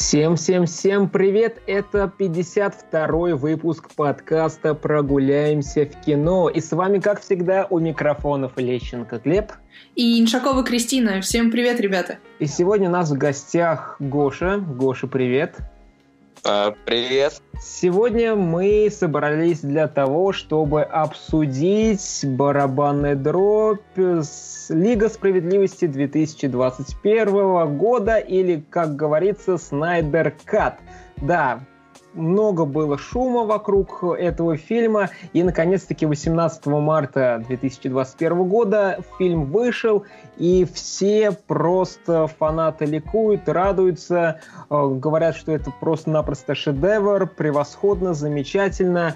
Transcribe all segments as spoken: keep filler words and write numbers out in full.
Всем-всем-всем привет! Это пятьдесят второй выпуск подкаста «Прогуляемся в кино». И с вами, как всегда, у микрофонов Лещенко Глеб. И Иншакова Кристина. Всем привет, ребята! И сегодня у нас в гостях Гоша. Гоша, привет! А, привет! Сегодня мы собрались для того, чтобы обсудить барабанную дробь Лига справедливости две тысячи двадцать первого года, или, как говорится, Снайдер Кат. Да, много было шума вокруг этого фильма, и, наконец-таки, восемнадцатого марта две тысячи двадцать первого года фильм вышел, и все просто фанаты ликуют, радуются, говорят, что это просто-напросто шедевр, превосходно, замечательно,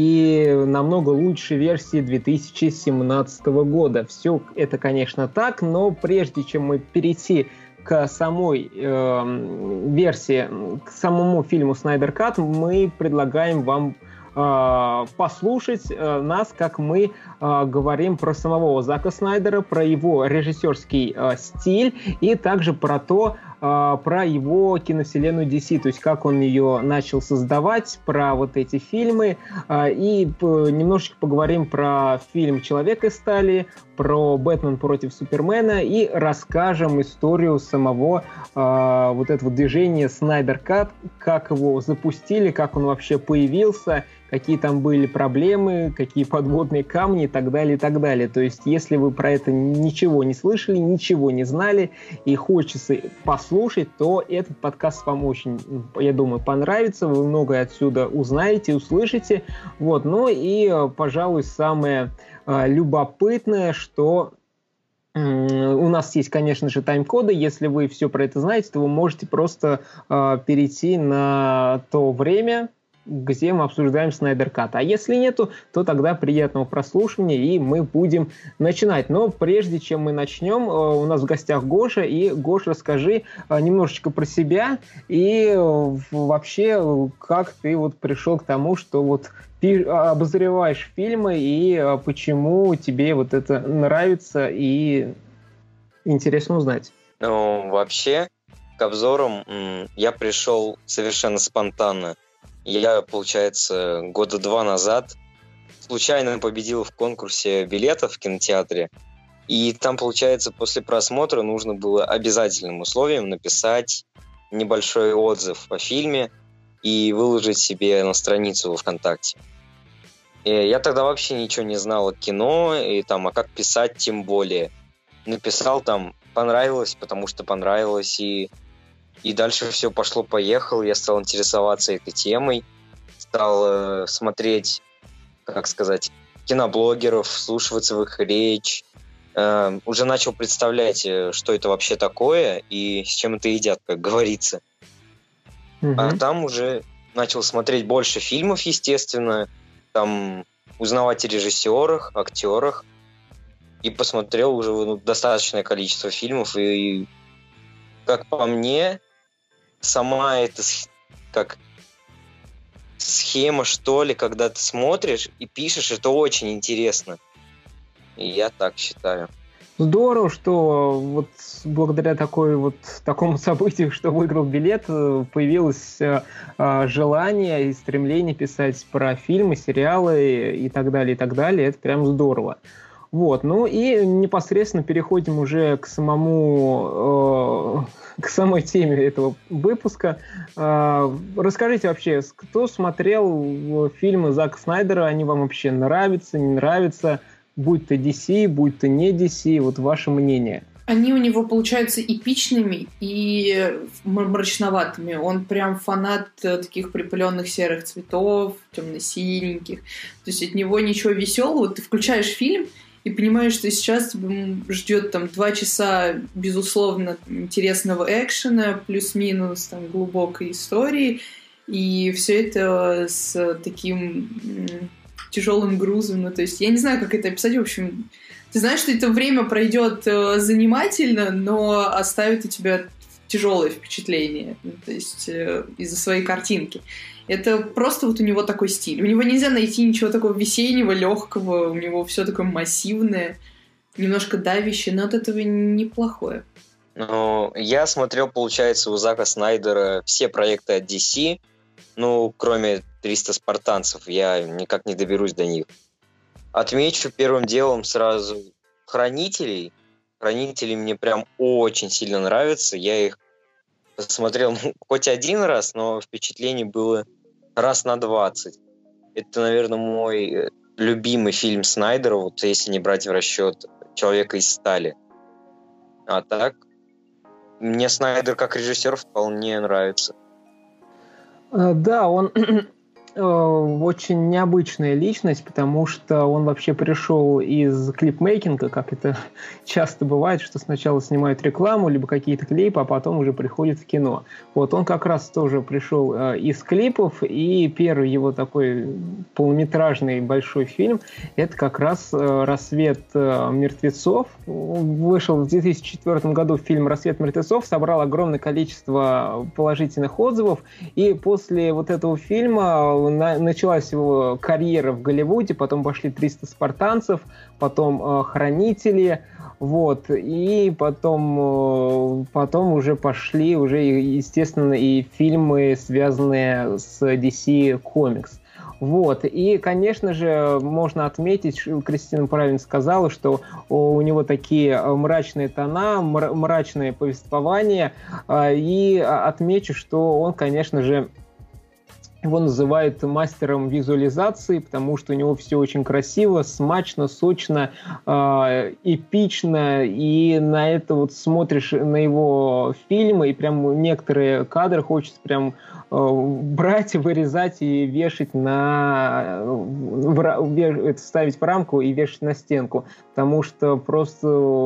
и намного лучше версии две тысячи семнадцатого года. Все это, конечно, так, но прежде чем мы перейти к самой э, версии, к самому фильму «Снайдер Кат», мы предлагаем вам э, послушать э, нас, как мы э, говорим про самого Зака Снайдера, про его режиссерский э, стиль и также про то, про его киновселенную ди си, то есть как он ее начал создавать, про вот эти фильмы, и немножечко поговорим про фильм «Человек из стали», про «Бэтмен против Супермена» и расскажем историю самого вот этого движения «Снайдер Кат», как его запустили, как он вообще появился, какие там были проблемы, какие подводные камни и так далее, и так далее. То есть, если вы про это ничего не слышали, ничего не знали и хочется послушать, то этот подкаст вам очень, я думаю, понравится. Вы многое отсюда узнаете, услышите. Вот. Ну и, пожалуй, самое э, любопытное, что э, у нас есть, конечно же, тайм-коды. Если вы все про это знаете, то вы можете просто э, перейти на то время, где мы обсуждаем Снайдер Кат. А если нету, то тогда приятного прослушивания, и мы будем начинать. Но прежде чем мы начнем, у нас в гостях Гоша. И, Гош, расскажи немножечко про себя и вообще, как ты вот пришел к тому, что вот обозреваешь фильмы, и почему тебе вот это нравится и интересно узнать. Ну, вообще, к обзорам я пришел совершенно спонтанно. Я, получается, года два назад случайно победил в конкурсе билетов в кинотеатре. И там, получается, после просмотра нужно было обязательным условием написать небольшой отзыв о фильме и выложить себе на страницу во ВКонтакте. И я тогда вообще ничего не знал о кино, и там, а как писать тем более. Написал там «понравилось», потому что понравилось, и... И дальше все пошло-поехало, я стал интересоваться этой темой, стал э, смотреть, как сказать, киноблогеров, вслушиваться в их речь, э, уже начал представлять, что это вообще такое и с чем это едят, как говорится. Mm-hmm. А там уже начал смотреть больше фильмов, естественно, там узнавать о режиссерах, актерах, и посмотрел уже ну, достаточное количество фильмов, и, и как по мне, сама эта как схема, что ли, когда ты смотришь и пишешь, это очень интересно. И я так считаю. Здорово, что вот благодаря такой вот такому событию, что выиграл билет, появилось э, желание и стремление писать про фильмы, сериалы и так далее, и так далее. Это прям здорово. Вот, ну и непосредственно переходим уже к самому, э, к самой теме этого выпуска. Э, расскажите вообще, кто смотрел фильмы Зака Снайдера, они вам вообще нравятся, не нравятся, будь то ди си, будь то не ди си, вот ваше мнение. Они у него получаются эпичными и мрачноватыми. Он прям фанат таких припыленных серых цветов, темно-синеньких. То есть от него ничего веселого. Ты включаешь фильм и понимаешь, что сейчас тебя ждет там два часа, безусловно, интересного экшена, плюс-минус там глубокой истории, и все это с таким м- тяжелым грузом. Ну, то есть я не знаю, как это описать. В общем, ты знаешь, что это время пройдет э, занимательно, но оставит у тебя тяжелое впечатление, ну, то есть э, из-за своей картинки. Это просто вот у него такой стиль. У него нельзя найти ничего такого весеннего, легкого, у него все такое массивное, немножко давящее, но от этого неплохое. Ну, я смотрел, получается, у Зака Снайдера все проекты от ди си, ну, кроме триста спартанцев, я никак не доберусь до них. Отмечу первым делом сразу Хранителей. Хранители мне прям очень сильно нравятся. Я их посмотрел ну, хоть один раз, но впечатлений было раз на двадцать. Это, наверное, мой любимый фильм Снайдера, вот если не брать в расчет «Человека из стали». А так, мне Снайдер как режиссер вполне нравится. Да, он очень необычная личность, потому что он вообще пришел из клипмейкинга, как это часто бывает, что сначала снимают рекламу, либо какие-то клипы, а потом уже приходит в кино. Вот он как раз тоже пришел э, из клипов, и первый его такой полнометражный большой фильм — это как раз э, «Рассвет э, мертвецов». Вышел в две тысячи четвёртом году фильм «Рассвет мертвецов», собрал огромное количество положительных отзывов, и после вот этого фильма На, началась его карьера в Голливуде, потом пошли триста спартанцев, потом э, Хранители, вот, и потом, э, потом уже пошли, уже, естественно, и фильмы, связанные с ди си Comics. Вот. И, конечно же, можно отметить, Кристина правильно сказала, что у него такие мрачные тона, мрачное повествование, э, и отмечу, что он, конечно же, его называют мастером визуализации, потому что у него все очень красиво, смачно, сочно, э, эпично, и на это вот смотришь на его фильмы, и прям некоторые кадры хочется прям э, брать, вырезать и вешать на... В, в, ставить в рамку и вешать на стенку, потому что просто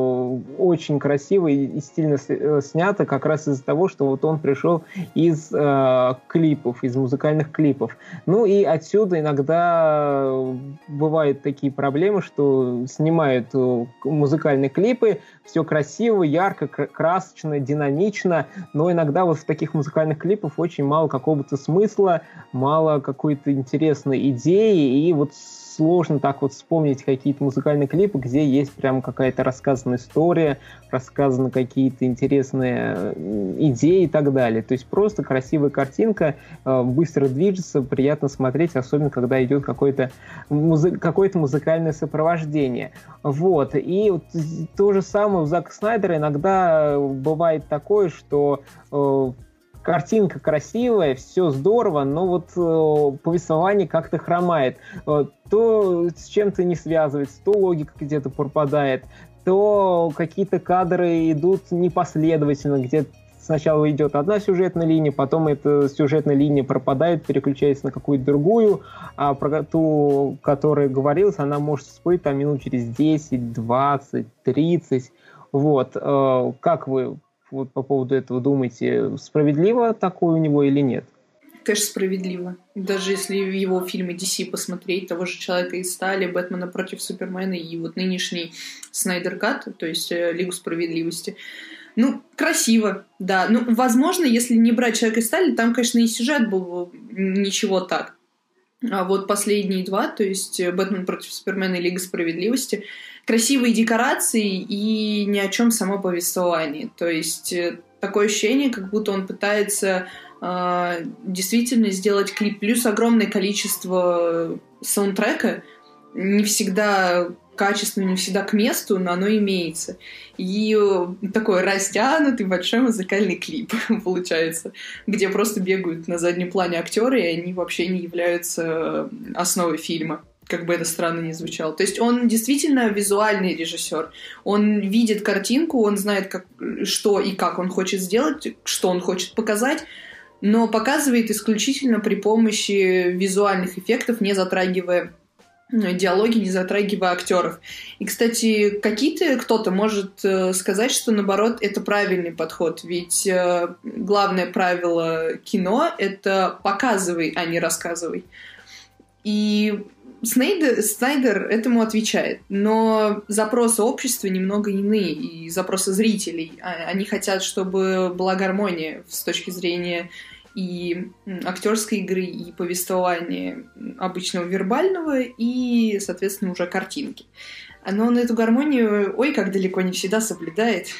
очень красиво и стильно снято, как раз из-за того, что вот он пришел из э, клипов, из музыкальных клипов. Ну и отсюда иногда бывают такие проблемы, что снимают музыкальные клипы, все красиво, ярко, красочно, динамично, но иногда вот в таких музыкальных клипах очень мало какого-то смысла, мало какой-то интересной идеи, и вот сложно так вот вспомнить какие-то музыкальные клипы, где есть прям какая-то рассказанная история, рассказаны какие-то интересные идеи и так далее. То есть просто красивая картинка, быстро движется, приятно смотреть, особенно когда идет какое-то, музы- какое-то музыкальное сопровождение. Вот. И вот то же самое у Зака Снайдера иногда бывает такое, что картинка красивая, все здорово, но вот э, повествование как-то хромает. Э, то с чем-то не связывается, то логика где-то пропадает, то какие-то кадры идут непоследовательно, где сначала идет одна сюжетная линия, потом эта сюжетная линия пропадает, переключается на какую-то другую, а про ту, которая говорилась, она может всплыть там минут через десять, двадцать, тридцать. Вот. Э, как вы вот по поводу этого думаете, справедливо такое у него или нет? Конечно, справедливо. Даже если его фильмы ди си посмотреть, того же «Человека из стали», «Бэтмена против Супермена» и вот нынешний «Снайдер Кат», то есть «Лигу справедливости». Ну, красиво, да. Ну, возможно, если не брать «Человека из стали», там, конечно, и сюжет был ничего так. А вот последние два, то есть «Бэтмен против Супермена» и «Лига справедливости», красивые декорации и ни о чем само повествование. То есть такое ощущение, как будто он пытается э, действительно сделать клип. Плюс огромное количество саундтрека, не всегда качественно, не всегда к месту, но оно имеется. И такой растянутый большой музыкальный клип получается, где просто бегают на заднем плане актеры, и они вообще не являются основой фильма. Как бы это странно ни звучало. То есть он действительно визуальный режиссер. Он видит картинку, он знает, как, что и как он хочет сделать, что он хочет показать, но показывает исключительно при помощи визуальных эффектов, не затрагивая диалоги, не затрагивая актеров. И, кстати, какие-то кто-то может сказать, что, наоборот, это правильный подход. Ведь главное правило кино — это показывай, а не рассказывай. И Снайдер, Снайдер этому отвечает, но запросы общества немного иные, и запросы зрителей. Они хотят, чтобы была гармония с точки зрения и актерской игры, и повествования обычного вербального, и, соответственно, уже картинки. Но он эту гармонию, ой, как далеко не всегда соблюдает.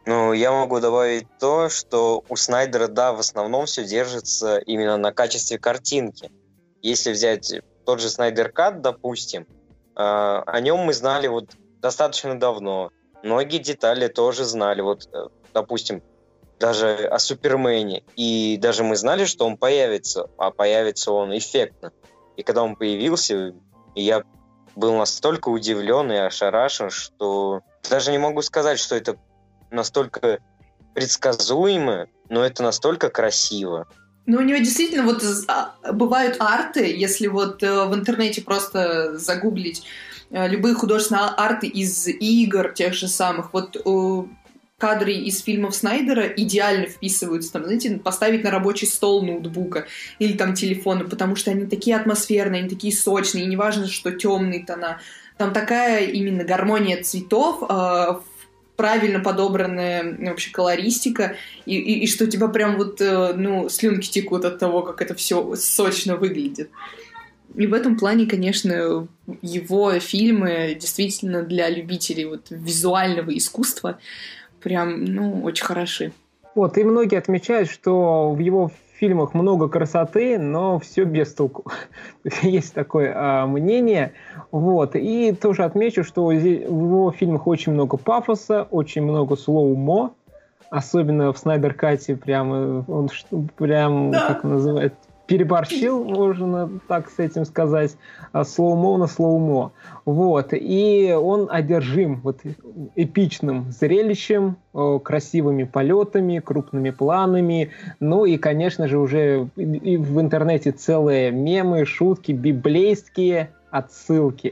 Ну, я могу добавить то, что у Снайдера, да, в основном все держится именно на качестве картинки. Если взять тот же Снайдер Кат, допустим, э, о нем мы знали вот достаточно давно. Многие детали тоже знали. Вот, э, допустим, даже о Супермене. И даже мы знали, что он появится, а появится он эффектно. И когда он появился, я был настолько удивлен и ошарашен, что даже не могу сказать, что это настолько предсказуемо, но это настолько красиво. Ну, у него действительно вот бывают арты, если вот в интернете просто загуглить любые художественные арты из игр тех же самых, вот кадры из фильмов Снайдера идеально вписываются, там, знаете, поставить на рабочий стол ноутбука или там телефона, потому что они такие атмосферные, они такие сочные, и неважно, что темные тона. Там такая именно гармония цветов, правильно подобранная вообще колористика, и, и, и что у тебя прям вот, ну, слюнки текут от того, как это все сочно выглядит. И в этом плане, конечно, его фильмы действительно для любителей вот визуального искусства прям, ну, очень хороши. Вот, и многие отмечают, что в его фильмах много красоты, но все без толку. Есть такое а, мнение. Вот. И тоже отмечу, что в его фильмах очень много пафоса, очень много слоумо. Особенно в Снайдер Кате прям, он прям, да. Как он называет, переборщил, можно так с этим сказать, слоумо на слоумо. Вот. И он одержим вот эпичным зрелищем, красивыми полетами, крупными планами. Ну и, конечно же, уже и в интернете целые мемы, шутки, библейские отсылки.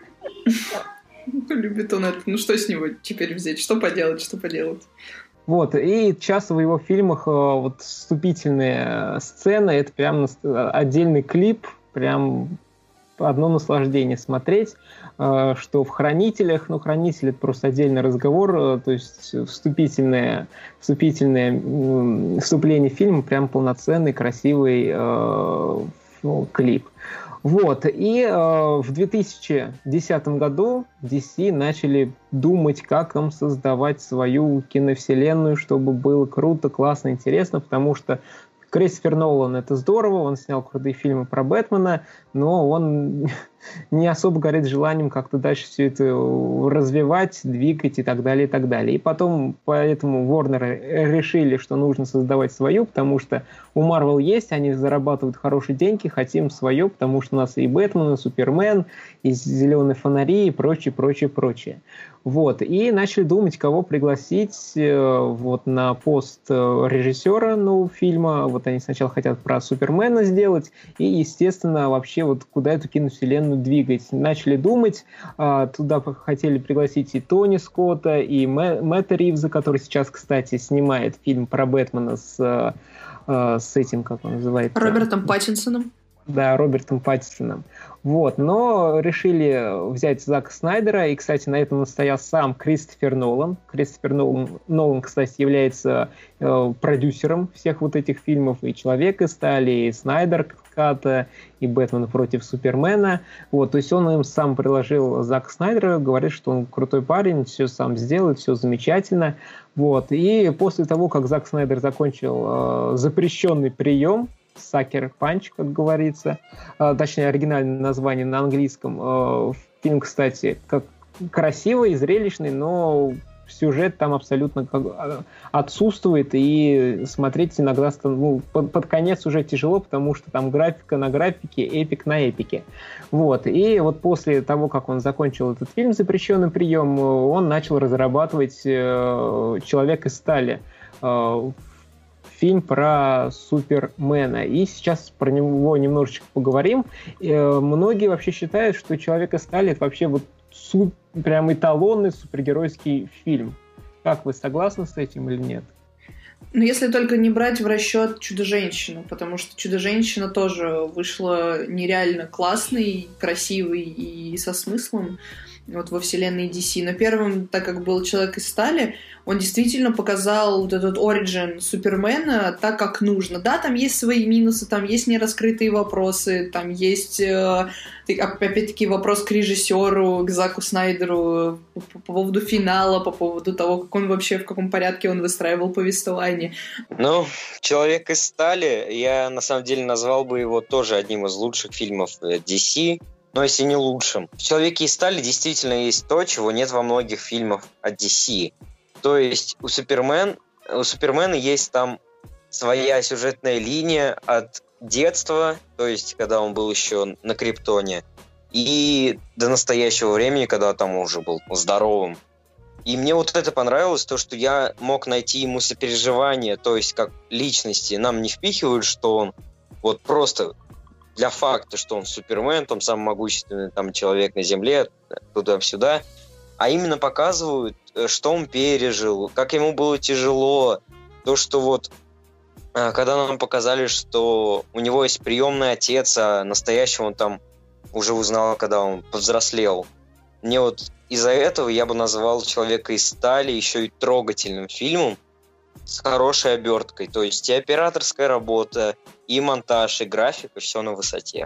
Любит он это. Ну что с него теперь взять? Что поделать, что поделать? Вот, и часто в его фильмах вот вступительные сцены, это прям отдельный клип, прям одно наслаждение смотреть, что в «Хранителях», ну, «Хранители» — это просто отдельный разговор, то есть вступительное, вступительное вступление фильма, прям полноценный, красивый ну, клип. Вот, и э, в две тысячи десятом году ди си начали думать, как им создавать свою киновселенную, чтобы было круто, классно, интересно, потому что Кристофер Нолан — это здорово, он снял крутые фильмы про Бэтмена, но он не особо горит желанием как-то дальше все это развивать, двигать и так далее, и так далее. И потом, поэтому Warner решили, что нужно создавать свою, потому что у Marvel есть, они зарабатывают хорошие деньги, хотим свое, потому что у нас и Бэтмен, и Супермен, и зеленые фонари, и прочее, прочее, прочее. Вот. И начали думать, кого пригласить э, вот, на пост режиссера нового фильма. Вот они сначала хотят про Супермена сделать, и, естественно, вообще вот куда эту киновселенную двигать. Начали думать, э, туда хотели пригласить и Тони Скотта, и Мэ- Мэтта Ривза, который сейчас, кстати, снимает фильм про Бэтмена с, э, с этим, как он называется? Робертом Паттинсоном. Да, Робертом Паттинсоном. Вот, но решили взять Зака Снайдера, и, кстати, на этом настоял сам Кристофер Нолан. Кристофер Нолан, Нолан кстати, является э, продюсером всех вот этих фильмов, и «Человек из стали», и «Снайдер Ката», и «Бэтмен против Супермена». Вот, то есть он им сам приложил Зака Снайдера, говорит, что он крутой парень, все сам сделает, все замечательно. Вот, и после того, как Зак Снайдер закончил э, запрещенный прием, Sucker Punch, как говорится, а, точнее, оригинальное название на английском. А, фильм, кстати, как красивый, зрелищный, но сюжет там абсолютно как, отсутствует, и смотреть иногда ну, под, под конец уже тяжело, потому что там графика на графике, эпик на эпике. Вот. И вот после того, как он закончил этот фильм «Запрещенный прием», он начал разрабатывать э, «Человек из стали», э, фильм про Супермена. И сейчас про него немножечко поговорим. Э, многие вообще считают, что «Человек из стали» — это вообще вот суп, прям эталонный супергеройский фильм. Как вы, согласны с этим или нет? Ну, если только не брать в расчет «Чудо-женщину», потому что «Чудо-женщина» тоже вышла нереально классной, красивой и со смыслом. вот во вселенной ди си. Но первым, так как был «Человек из стали», он действительно показал вот этот оригин Супермена так, как нужно. Да, там есть свои минусы, там есть нераскрытые вопросы, там есть, э, опять-таки, вопрос к режиссеру, к Заку Снайдеру по, по поводу финала, по поводу того, как он вообще, в каком порядке он выстраивал повествование. Ну, «Человек из стали», я на самом деле назвал бы его тоже одним из лучших фильмов ди си, но если не лучшим. В «Человеке из стали» действительно есть то, чего нет во многих фильмах от ди си. То есть у, Супермен, у Супермена есть там своя сюжетная линия от детства, то есть когда он был еще на Криптоне, и до настоящего времени, когда там уже был здоровым. И мне вот это понравилось, то, что я мог найти ему сопереживание, то есть как личности. Нам не впихивают, что он вот просто для факта, что он Супермен, там самый могущественный там, человек на Земле, туда-сюда, а именно показывают, что он пережил, как ему было тяжело. То, что вот, когда нам показали, что у него есть приемный отец, а настоящего он там уже узнал, когда он повзрослел. Мне вот из-за этого я бы назвал «Человека из стали» еще и трогательным фильмом с хорошей оберткой. То есть и операторская работа, и монтаж, и графика, все на высоте.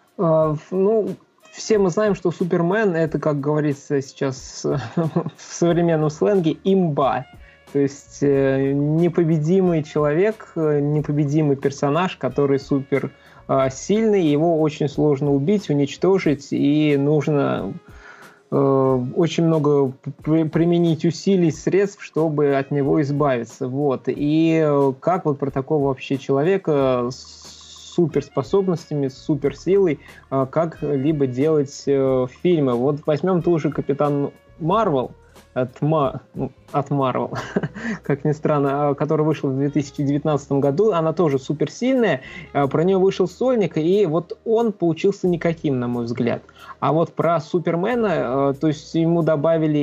А, ну... Все мы знаем, что Супермен — это, как говорится сейчас в современном сленге, имба. То есть э, непобедимый человек, непобедимый персонаж, который супер э, сильный, его очень сложно убить, уничтожить, и нужно э, очень много при- применить усилий, средств, чтобы от него избавиться. Вот. И э, как вот про такого вообще человека с суперспособностями, с суперсилой, э, как-либо делать э, фильмы. Вот возьмем ту же «Капитан Марвел», от, Ма... от Marvel, как ни странно, который вышел в две тысячи девятнадцатом году. Она тоже суперсильная. Про нее вышел сольник, и вот он получился никаким, на мой взгляд. А вот про Супермена, то есть ему добавили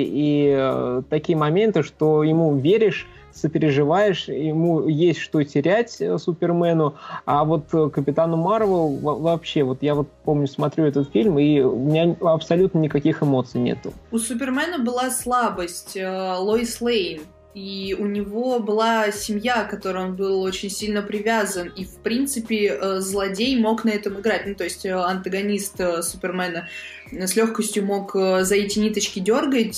и такие моменты, что ему веришь, сопереживаешь, ему есть что терять Супермену, а вот Капитану Марвел вообще, вот я вот помню, смотрю этот фильм, и у меня абсолютно никаких эмоций нету. У Супермена была слабость, Лоис Лейн, и у него была семья, к которой он был очень сильно привязан, и, в принципе, злодей мог на этом играть, ну, то есть антагонист Супермена с легкостью мог за эти ниточки дергать,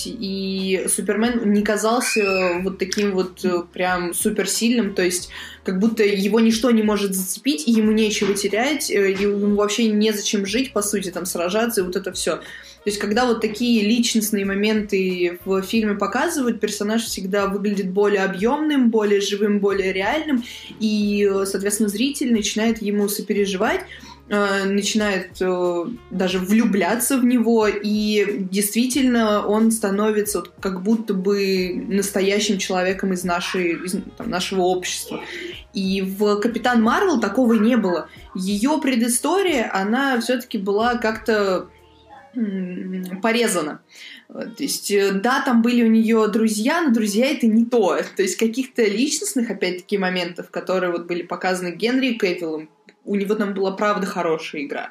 и Супермен не казался вот таким вот прям суперсильным, то есть как будто его ничто не может зацепить, и ему нечего терять, и ему вообще незачем жить, по сути, там, сражаться, и вот это все. То есть, когда вот такие личностные моменты в фильме показывают, персонаж всегда выглядит более объемным, более живым, более реальным, и, соответственно, зритель начинает ему сопереживать, начинает даже влюбляться в него, и действительно он становится вот как будто бы настоящим человеком из, нашей, из там, нашего общества. И в «Капитан Марвел» такого не было. Ее предыстория, она все-таки была как-то порезана. То есть, да, там были у нее друзья, но друзья это не то. То есть, каких-то личностных, опять-таки, моментов, которые вот были показаны Генри Кевиллом, у него там была, правда, хорошая игра.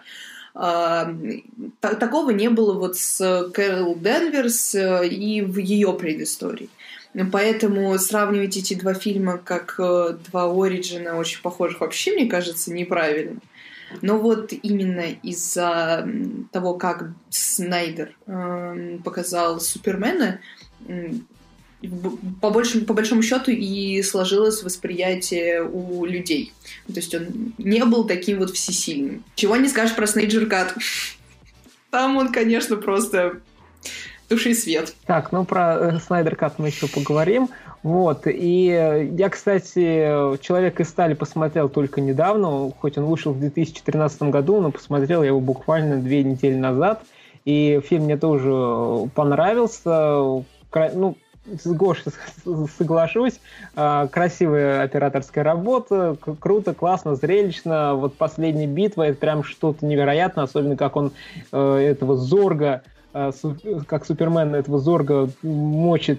Такого не было вот с Кэрол Денверс и в ее предыстории. Поэтому сравнивать эти два фильма как два оригина очень похожих вообще, мне кажется, неправильно. Но вот именно из-за того, как Снайдер э, показал Супермена, э, по, большему, по большому счету и сложилось восприятие у людей. То есть он не был таким вот всесильным. Чего не скажешь про Снайдер Кат. Там он, конечно, просто души и свет. Так, ну про Снайдер Кат мы еще поговорим. Вот, и я, кстати, «Человек из стали» посмотрел только недавно, хоть он вышел в две тысячи тринадцатом году, но посмотрел я его буквально две недели назад, и фильм мне тоже понравился. Ну, с Гошей соглашусь, красивая операторская работа, круто, классно, зрелищно. Вот последняя битва — это прям что-то невероятное, особенно как он этого Зорга как Супермен этого Зорга мочит,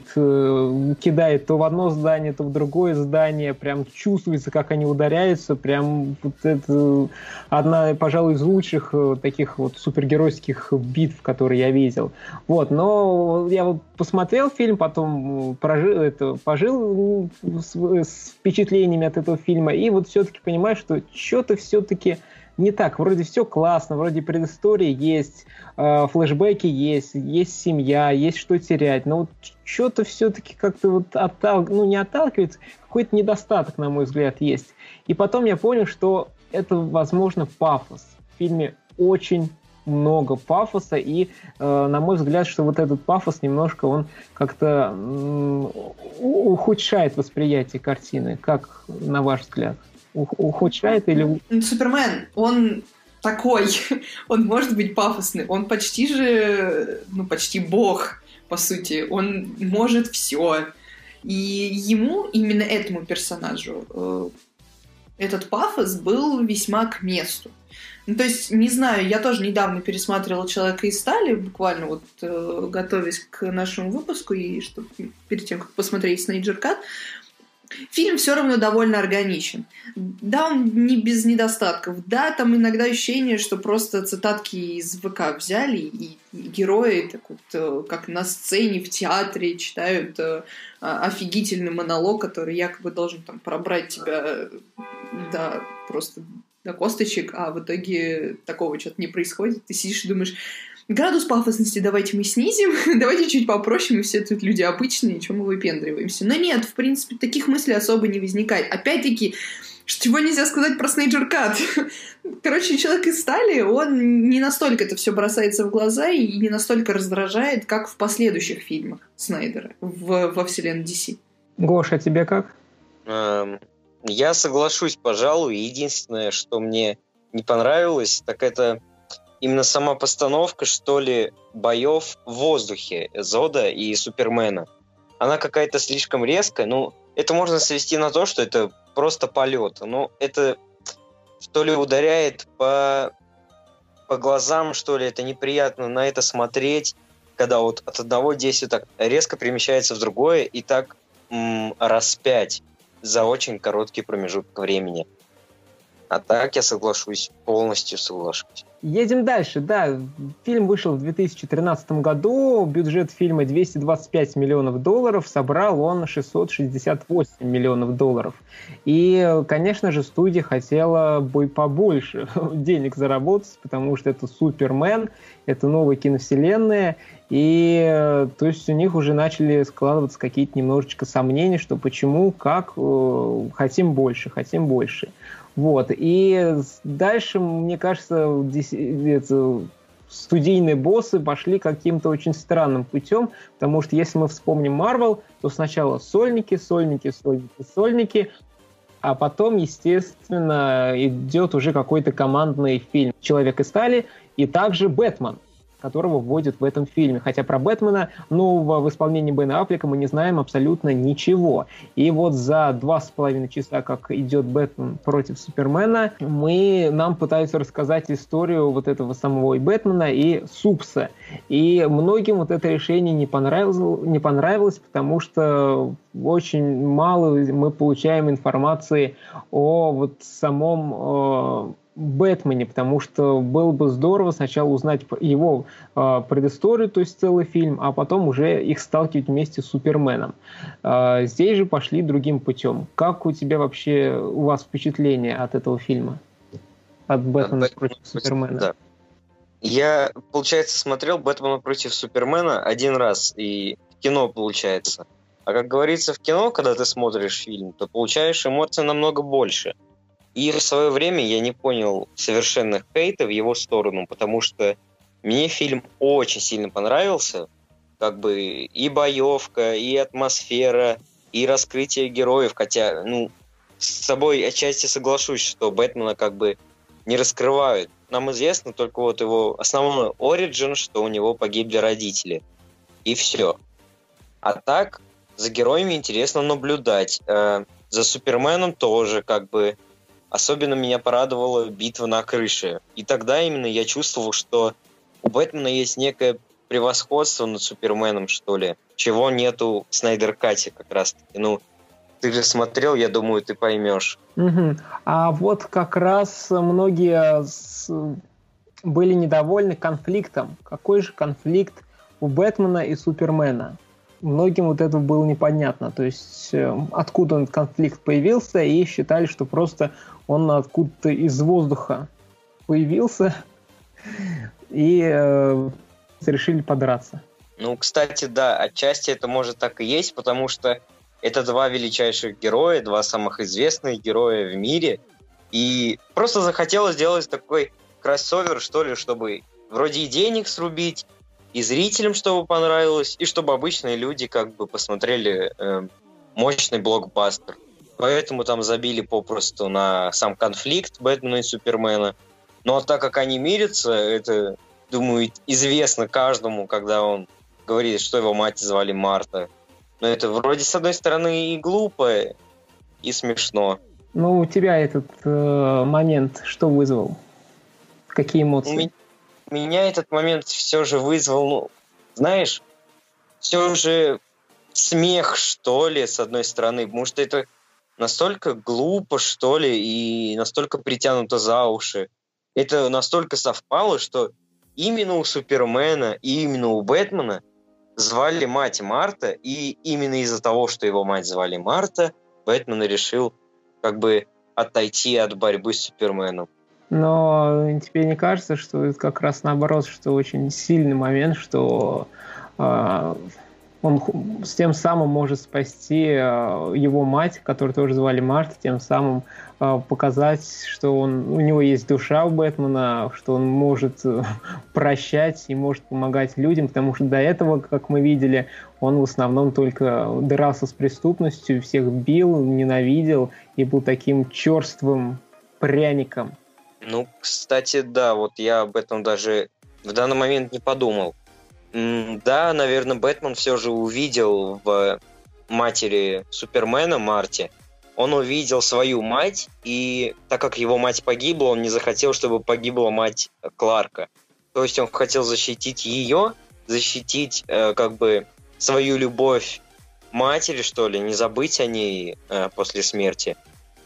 кидает то в одно здание, то в другое здание, прям чувствуется, как они ударяются, прям вот это одна, пожалуй, из лучших таких вот супергеройских битв, которые я видел. Вот, но я вот посмотрел фильм, потом прожил, это, пожил с, с впечатлениями от этого фильма, и вот все-таки понимаю, что что-то все-таки не так. Вроде все классно, вроде предыстория есть, э, флешбеки есть, есть семья, есть что терять, но вот что-то все-таки как-то вот оттал... ну, не отталкивается, какой-то недостаток, на мой взгляд, есть. И потом я понял, что это, возможно, пафос. В фильме очень много пафоса, и, э, на мой взгляд, что вот этот пафос немножко, он как-то м- ухудшает восприятие картины. Как, на ваш взгляд? Ухудшает или... Супермен, он такой, он может быть пафосный, он почти же, ну, почти бог, по сути, он может все. И ему, именно этому персонажу, э, этот пафос был весьма к месту. Ну, то есть, не знаю, я тоже недавно пересматривала «Человека из стали», буквально вот э, готовясь к нашему выпуску, и чтобы перед тем, как посмотреть «Снайджер Кат», фильм все равно довольно органичен. Да, он не без недостатков. Да, там иногда ощущение, что просто цитатки из ВК взяли, и герои, так вот, как на сцене в театре, читают э, офигительный монолог, который якобы должен там пробрать тебя до просто до косточек, а в итоге такого что-то не происходит. Ты сидишь и думаешь: градус пафосности давайте мы снизим, давайте чуть попроще, мы все тут люди обычные, чем мы выпендриваемся. Но нет, в принципе, таких мыслей особо не возникает. Опять-таки, чего нельзя сказать про Снайджер Кат. Короче, «Человек из стали», он не настолько это все бросается в глаза и не настолько раздражает, как в последующих фильмах Снайдера в, во вселенной ди си. Гоша, тебе как? Эм, я соглашусь, пожалуй. Единственное, что мне не понравилось, так это именно сама постановка, что ли, боев в воздухе Зода и Супермена. Она какая-то слишком резкая. Ну, это можно свести на то, что это просто полет. Ну, это, что ли, ударяет по, по глазам, что ли. Это неприятно на это смотреть, когда вот от одного действия так резко перемещается в другое и так м- раз пять за очень короткий промежуток времени. А так я соглашусь, полностью соглашусь. Едем дальше, да. Фильм вышел в две тысячи тринадцатом году, бюджет фильма двести двадцать пять миллионов долларов, собрал он шестьсот шестьдесят восемь миллионов долларов. И, конечно же, студия хотела бы побольше денег заработать, потому что это Супермен, это новая киновселенная, и то есть у них уже начали складываться какие-то немножечко сомнения, что почему, как, э, хотим больше, хотим больше. Вот, и дальше, мне кажется, это, студийные боссы пошли каким-то очень странным путем, потому что если мы вспомним Marvel, то сначала сольники, сольники, сольники, сольники, а потом, естественно, идет уже какой-то командный фильм «Человек из стали» и также «Бэтмен», которого вводят в этом фильме. Хотя про Бэтмена нового в исполнении Бена Аффлека мы не знаем абсолютно ничего. И вот за два с половиной часа, как идет Бэтмен против Супермена, мы, нам пытаются рассказать историю вот этого самого и Бэтмена, и Супса. И многим вот это решение не понравилось, не понравилось, потому что очень мало мы получаем информации о вот самом... Э, Бэтмене, потому что было бы здорово сначала узнать его э, предысторию, то есть целый фильм, а потом уже их сталкивать вместе с Суперменом. Э, здесь же пошли другим путем. Как у тебя вообще, у вас впечатление от этого фильма? От Бэтмена Бэтмен против Супермена? Да. Я, получается, смотрел «Бэтмена против Супермена» один раз, и в кино, получается. А как говорится, в кино, когда ты смотришь фильм, то получаешь эмоций намного больше. И в свое время я не понял совершенно хейта в его сторону, потому что мне фильм очень сильно понравился. Как бы и боевка, и атмосфера, и раскрытие героев. Хотя, ну, с собой отчасти соглашусь, что Бэтмена как бы не раскрывают. Нам известно только вот его основной оригин, что у него погибли родители. И все. А так, за героями интересно наблюдать. За Суперменом тоже как бы... Особенно меня порадовала битва на крыше. И тогда именно я чувствовал, что у Бэтмена есть некая превосходство над Суперменом, что ли, чего нету в Снайдер-кате как раз-таки. Ну, ты же смотрел, я думаю, ты поймешь. Угу. А вот как раз многие с... были недовольны конфликтом. Какой же конфликт у Бэтмена и Супермена? Многим вот это было непонятно. То есть откуда этот конфликт появился, и считали, что просто он откуда-то из воздуха появился, и э, решили подраться. Ну, кстати, да, отчасти это может так и есть, потому что это два величайших героя, два самых известных героя в мире, и просто захотелось сделать такой кроссовер, что ли, чтобы вроде и денег срубить, и зрителям чтобы понравилось, и чтобы обычные люди как бы посмотрели э, мощный блокбастер. Поэтому там забили попросту на сам конфликт Бэтмена и Супермена. Но так как они мирятся, это, думаю, известно каждому, когда он говорит, что его мать звали Марта. Но это вроде, с одной стороны, и глупо, и смешно. Ну, у тебя этот э, момент что вызвал? Какие эмоции? У меня этот момент все же вызвал, ну, знаешь, все же смех, что ли, с одной стороны, потому что это настолько глупо, что ли, и настолько притянуто за уши. Это настолько совпало, что именно у Супермена и именно у Бэтмена звали мать Марта, и именно из-за того, что его мать звали Марта, Бэтмен решил как бы отойти от борьбы с Суперменом. Но тебе не кажется, что это как раз наоборот, что очень сильный момент, что э, он с тем самым может спасти э, его мать, которую тоже звали Марта, тем самым э, показать, что он, у него есть душа у Бэтмена, что он может э, прощать и может помогать людям, потому что до этого, как мы видели, он в основном только дрался с преступностью, всех бил, ненавидел и был таким черствым пряником. Ну, кстати, да, вот я об этом даже в данный момент не подумал. Да, наверное, Бэтмен все же увидел в матери Супермена, Марте, он увидел свою мать, и так как его мать погибла, он не захотел, чтобы погибла мать Кларка. То есть он хотел защитить ее, защитить э, как бы свою любовь матери, что ли, не забыть о ней э, после смерти.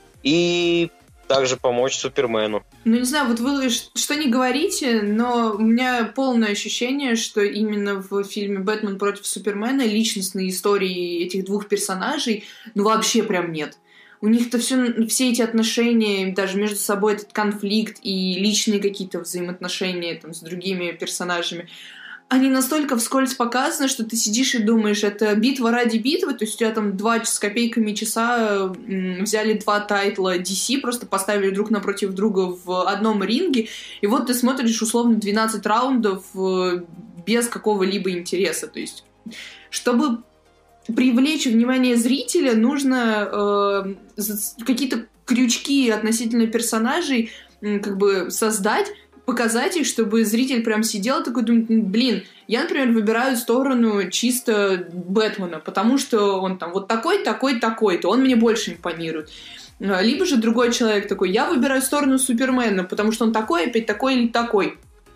И также помочь Супермену. Ну, не знаю, вот вы что не говорите, но у меня полное ощущение, что именно в фильме «Бэтмен против Супермена» личностной истории этих двух персонажей, ну, вообще прям нет. У них-то все, все эти отношения, даже между собой этот конфликт и личные какие-то взаимоотношения там, с другими персонажами, они настолько вскользь показаны, что ты сидишь и думаешь, это битва ради битвы, то есть у тебя там два с копейками часа м, взяли два тайтла ди си, просто поставили друг напротив друга в одном ринге, и вот ты смотришь условно двенадцать раундов э, без какого-либо интереса. То есть, чтобы привлечь внимание зрителя, нужно э, какие-то крючки относительно персонажей э, как бы создать, показать их, чтобы зритель прям сидел такой, думает, блин, я, например, выбираю сторону чисто Бэтмена, потому что он там вот такой, такой, такой, то он мне больше импонирует. Либо же другой человек такой, я выбираю сторону Супермена, потому что он такой, опять такой или такой.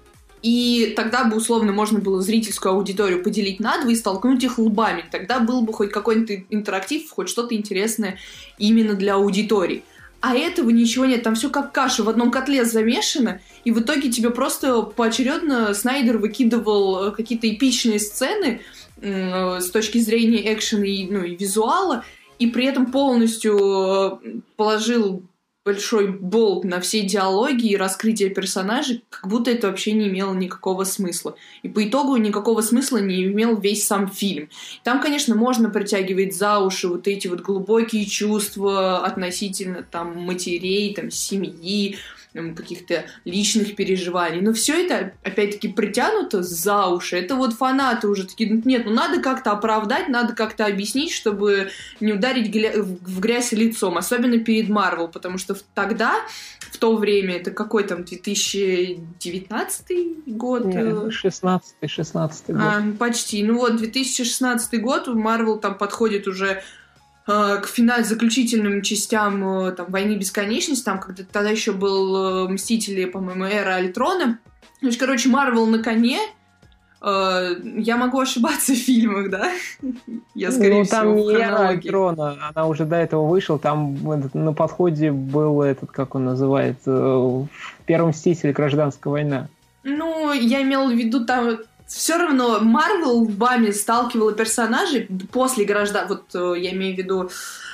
И тогда бы, условно, можно было зрительскую аудиторию поделить на два и столкнуть их лбами. Тогда был бы хоть какой-то интерактив, хоть что-то интересное именно для аудитории. А этого ничего нет, там все как каша в одном котле замешано, и в итоге тебе просто поочередно Снайдер выкидывал какие-то эпичные сцены э, с точки зрения экшена и, ну, и визуала, и при этом полностью положил большой болт на все диалоги и раскрытие персонажей, как будто это вообще не имело никакого смысла. И по итогу никакого смысла не имел весь сам фильм. Там, конечно, можно притягивать за уши вот эти вот глубокие чувства относительно там матерей, там семьи, каких-то личных переживаний. Но все это, опять-таки, притянуто за уши. Это вот фанаты уже такие, нет, ну надо как-то оправдать, надо как-то объяснить, чтобы не ударить гля- в грязь лицом. Особенно перед Марвел, потому что тогда, в то время, это какой там две тысячи девятнадцатый год? Нет, шестнадцатый, шестнадцатый год. А, почти. Ну вот, две тысячи шестнадцатый год, Марвел там подходит уже к финальным заключительным частям там, «Войны бесконечности», там, когда тогда еще был «Мстители», по-моему, «Эра Альтрона». То есть, короче, Марвел на коне, Э, я могу ошибаться в фильмах, да? Я, скорее ну, всего, там в не Эра хронологии. Альтрона, она уже до этого вышла, там этот, на подходе был этот, как он называет, э, Первый Мститель, Гражданская война. Ну, я имела в виду там... Все равно Марвел лбами сталкивала персонажей после граждан... Вот э, я имею в виду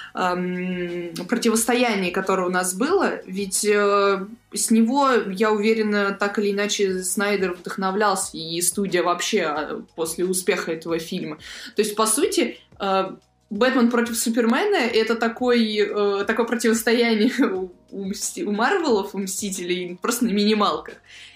эм, противостояние, которое у нас было. Ведь э, с него, я уверена, так или иначе Снайдер вдохновлялся, и студия вообще после успеха этого фильма. То есть, по сути... Э, Бэтмен против Супермена — это такой, э, такое противостояние у, у Марвелов, у Мстителей, просто на минималках.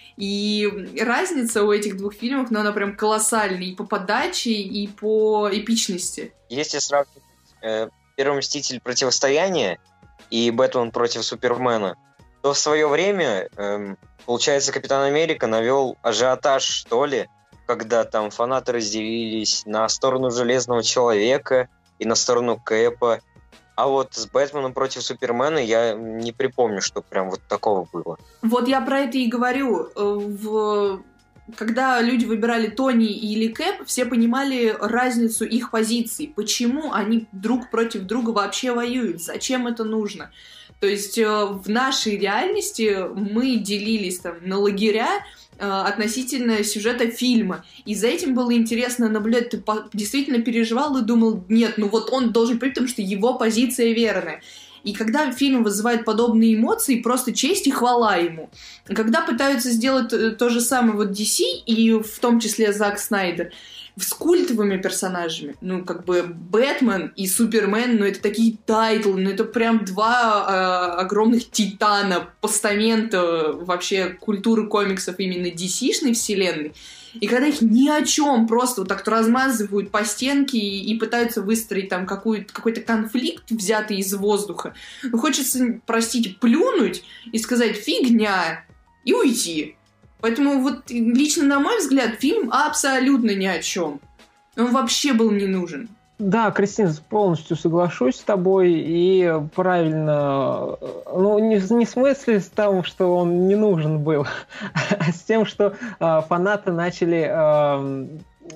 И разница у этих двух фильмов, ну, она прям колоссальная и по подаче, и по эпичности. Если сравнивать э, Первый Мститель противостояние и Бэтмен против Супермена, то в свое время, э, получается, Капитан Америка навел ажиотаж, что ли, когда там фанаты разделились на сторону Железного Человека и на сторону Кэпа. А вот с Бэтменом против Супермена я не припомню, что прям вот такого было. Вот я про это и говорю. В... Когда люди выбирали Тони или Кэп, все понимали разницу их позиций. Почему они друг против друга вообще воюют? Зачем это нужно? То есть в нашей реальности мы делились там на лагеря относительно сюжета фильма. И за этим было интересно наблюдать. Ты действительно переживал и думал, нет, ну вот он должен быть, потому что его позиция верная. И когда фильм вызывает подобные эмоции, просто честь и хвала ему. Когда пытаются сделать то же самое вот ди си, и в том числе Зак Снайдер, с культовыми персонажами, ну, как бы Бэтмен и Супермен, ну, это такие тайтлы, ну, это прям два э, огромных титана, постамента вообще культуры комиксов именно ди си-шной вселенной. И когда их ни о чем просто вот так размазывают по стенке и, и пытаются выстроить там какой-то конфликт, взятый из воздуха, ну, хочется, простите, плюнуть и сказать «фигня» и уйти. Поэтому вот лично, на мой взгляд, фильм абсолютно ни о чем. Он вообще был не нужен. Да, Кристина, полностью соглашусь с тобой, и правильно, ну, не, не в смысле с тем, что он не нужен был, а с тем, что э, фанаты начали э,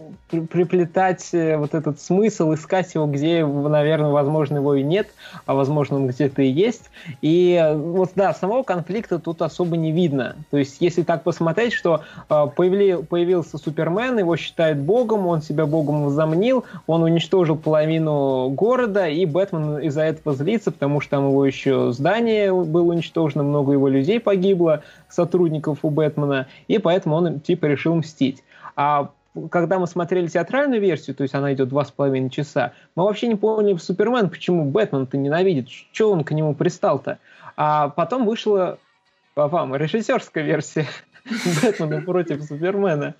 приплетать вот этот смысл, искать его, где, наверное, возможно, его и нет, а возможно, он где-то и есть. И вот, да, самого конфликта тут особо не видно. То есть, если так посмотреть, что э, появли, появился Супермен, его считают богом, он себя богом возомнил, он уничтожил половину города, и Бэтмен из-за этого злится, потому что там его еще здание было уничтожено, много его людей погибло, сотрудников у Бэтмена, и поэтому он, типа, решил мстить. А когда мы смотрели театральную версию, то есть она идет два с половиной часа, мы вообще не поняли в Супермен, почему Бэтмен-то ненавидит, что он к нему пристал-то. А потом вышла, по-вам, режиссерская версия Бэтмена против Супермена.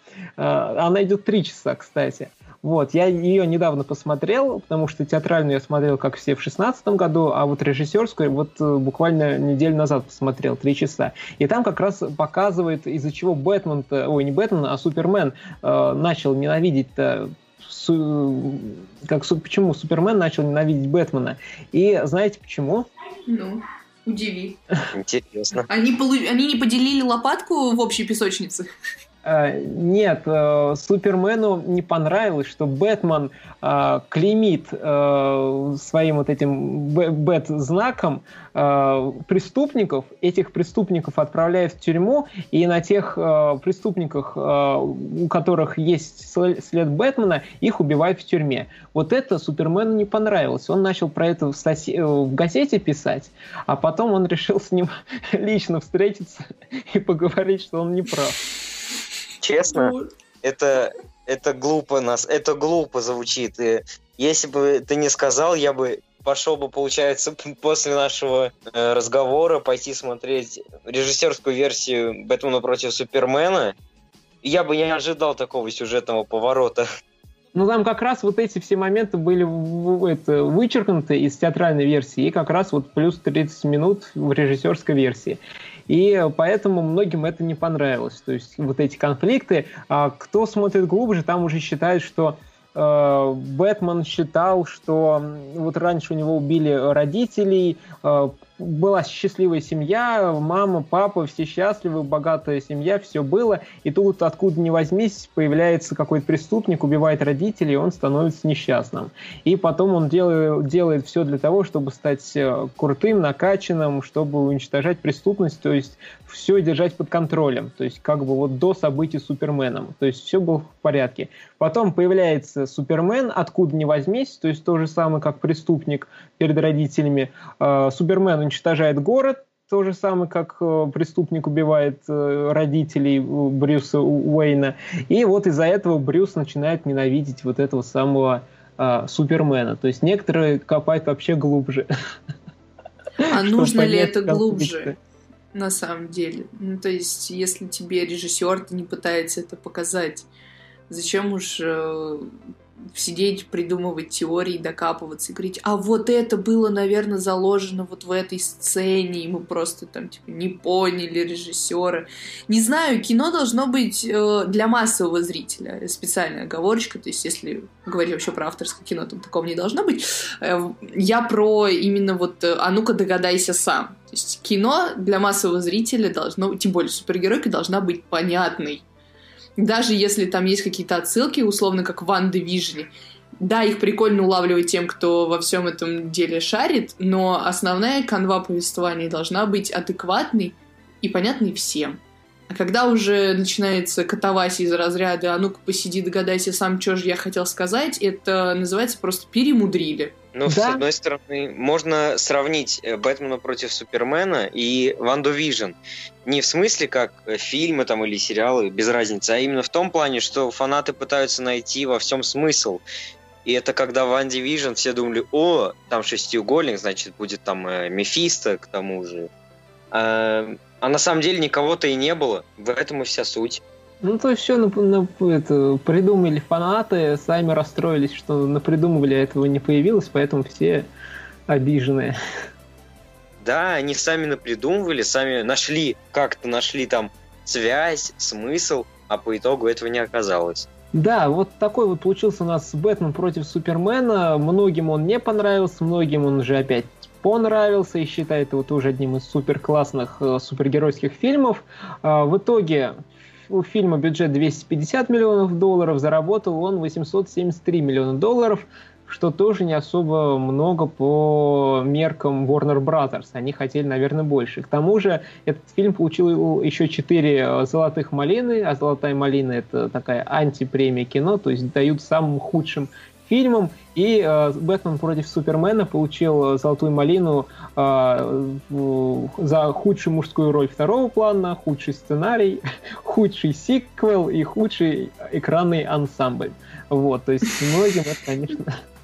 Она идет три часа, кстати. Вот, я ее недавно посмотрел, потому что театральную я смотрел, как все, в шестнадцатом году, а вот режиссерскую вот буквально неделю назад посмотрел, три часа. И там как раз показывает, из-за чего Бэтмен, ой, не Бэтмен, а Супермен э, начал ненавидеть-то, су, как, почему Супермен начал ненавидеть Бэтмена. И знаете почему? Ну, удиви. Интересно. Они, полу... Они не поделили лопатку в общей песочнице? Нет, Супермену не понравилось, что Бэтмен э, клеймит э, своим вот этим бэт-знаком э, преступников, этих преступников отправляют в тюрьму, и на тех э, преступниках, э, у которых есть след Бэтмена, их убивают в тюрьме. Вот это Супермену не понравилось. Он начал про это в, статье, в газете писать, а потом он решил с ним лично встретиться и поговорить, что он не прав. Честно, это, это глупо нас, это глупо звучит. И если бы ты не сказал, я бы пошел бы, получается, после нашего э, разговора пойти смотреть режиссерскую версию Бэтмена против Супермена. Я бы не ожидал такого сюжетного поворота. Ну, там как раз вот эти все моменты были это, вычеркнуты из театральной версии, и как раз вот плюс тридцать минут в режиссерской версии. И поэтому многим это не понравилось. То есть вот эти конфликты. А кто смотрит глубже, там уже считают, что э, Бэтмен считал, что вот раньше у него убили родителей, э, была счастливая семья, мама, папа, все счастливы, богатая семья, все было. И тут, откуда ни возьмись, появляется какой-то преступник, убивает родителей, и он становится несчастным. И потом он делает, делает все для того, чтобы стать крутым, накачанным, чтобы уничтожать преступность, то есть все держать под контролем. То есть как бы вот до событий с Суперменом. То есть все было в порядке. Потом появляется Супермен, откуда ни возьмись, то есть то же самое, как преступник перед родителями. Супермен уничтожает город, то же самое, как преступник убивает родителей Брюса Уэйна. И вот из-за этого Брюс начинает ненавидеть вот этого самого Супермена. То есть некоторые копают вообще глубже. А нужно ли это глубже? На самом деле. Ну, то есть, если тебе режиссер не пытается это показать, зачем уж э, сидеть, придумывать теории, докапываться и говорить, а вот это было, наверное, заложено вот в этой сцене, и мы просто там типа не поняли режиссера. Не знаю, кино должно быть э, для массового зрителя. Специальная оговорочка, то есть, если говорить вообще про авторское кино, там такого не должно быть. Э, я про именно вот «А ну-ка догадайся сам». То есть кино для массового зрителя должно, тем более супергеройка, должна быть понятной. Даже если там есть какие-то отсылки, условно, как в Ван Дивижне, да, их прикольно улавливать тем, кто во всем этом деле шарит, но основная канва повествования должна быть адекватной и понятной всем. А когда уже начинается катавасия из разряда «а ну-ка посиди, догадайся сам, что же я хотел сказать», это называется просто перемудрили. Ну, да? С одной стороны, можно сравнить Бэтмена против Супермена и Ванду Вижн. Не в смысле, как фильмы там, или сериалы, без разницы, а именно в том плане, что фанаты пытаются найти во всем смысл. И это когда в Ванде Вижн все думали, о, там шестиугольник, значит, будет там э, Мефисто, к тому же. А, а на самом деле никого-то и не было. В этом и вся суть. Ну, то есть все на, на, это, придумали фанаты, сами расстроились, что напридумывали, а этого не появилось, поэтому все обиженные. Да, они сами напридумывали, сами нашли, как-то нашли там связь, смысл, а по итогу этого не оказалось. Да, вот такой вот получился у нас Бэтмен против Супермена. Многим он не понравился, многим он уже опять понравился и считает его тоже одним из суперклассных э, супергеройских фильмов. Э, в итоге у фильма бюджет двести пятьдесят миллионов долларов, заработал он восемьсот семьдесят три миллиона долларов, что тоже не особо много по меркам Warner Brothers. Они хотели, наверное, больше. К тому же этот фильм получил еще четыре золотых малины, а золотая малина — это такая антипремия кино, то есть дают самым худшим фильмом, и э, «Бэтмен против Супермена» получил золотую малину э, за худшую мужскую роль второго плана, худший сценарий, худший сиквел и худший экранный ансамбль. Вот, то есть многим это, конечно,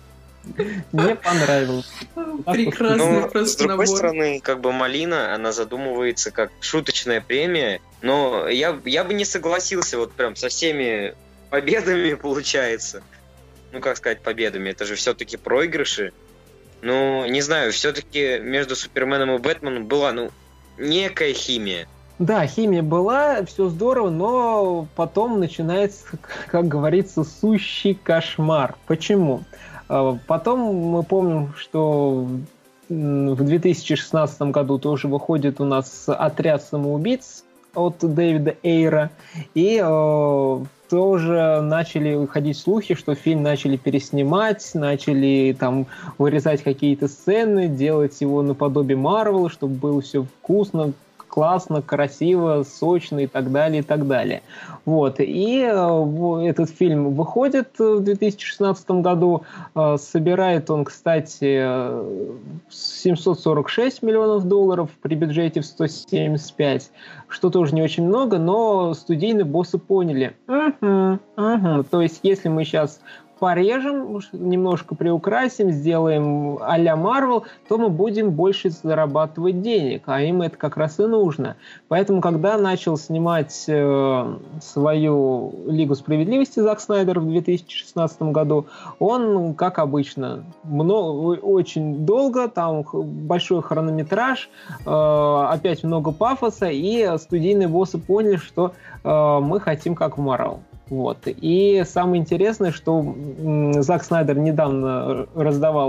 не понравилось. Прекрасный но, просто с другой набор. стороны, как бы малина, она задумывается как шуточная премия, но я, я бы не согласился вот прям со всеми победами, получается. Ну, как сказать, победами, это же все-таки проигрыши. Ну, не знаю, все-таки между Суперменом и Бэтменом была, ну, некая химия. Да, химия была, все здорово, но потом начинается, как говорится, сущий кошмар. Почему? Потом мы помним, что в две тысячи шестнадцатом году тоже выходит у нас «Отряд самоубийц» от Дэвида Эйра, и э, тоже начали выходить слухи, что фильм начали переснимать, начали там вырезать какие-то сцены, делать его наподобие Марвела, чтобы было все вкусно, классно, красиво, сочно и так далее, и так далее. Вот. И э, этот фильм выходит в две тысячи шестнадцатом году. Э, собирает он, кстати, семьсот сорок шесть миллионов долларов при бюджете в сто семьдесят пять, что тоже не очень много, но студийные боссы поняли. Угу, угу. То есть, если мы сейчас порежем, немножко приукрасим, сделаем а-ля Marvel, то мы будем больше зарабатывать денег, а им это как раз и нужно. Поэтому, когда начал снимать э, свою Лигу справедливости Зак Снайдер в две тысячи шестнадцатом году, он, как обычно, много, очень долго, там большой хронометраж, э, опять много пафоса, и студийные боссы поняли, что э, мы хотим как в Marvel. Вот. И самое интересное, что Зак Снайдер недавно раздавал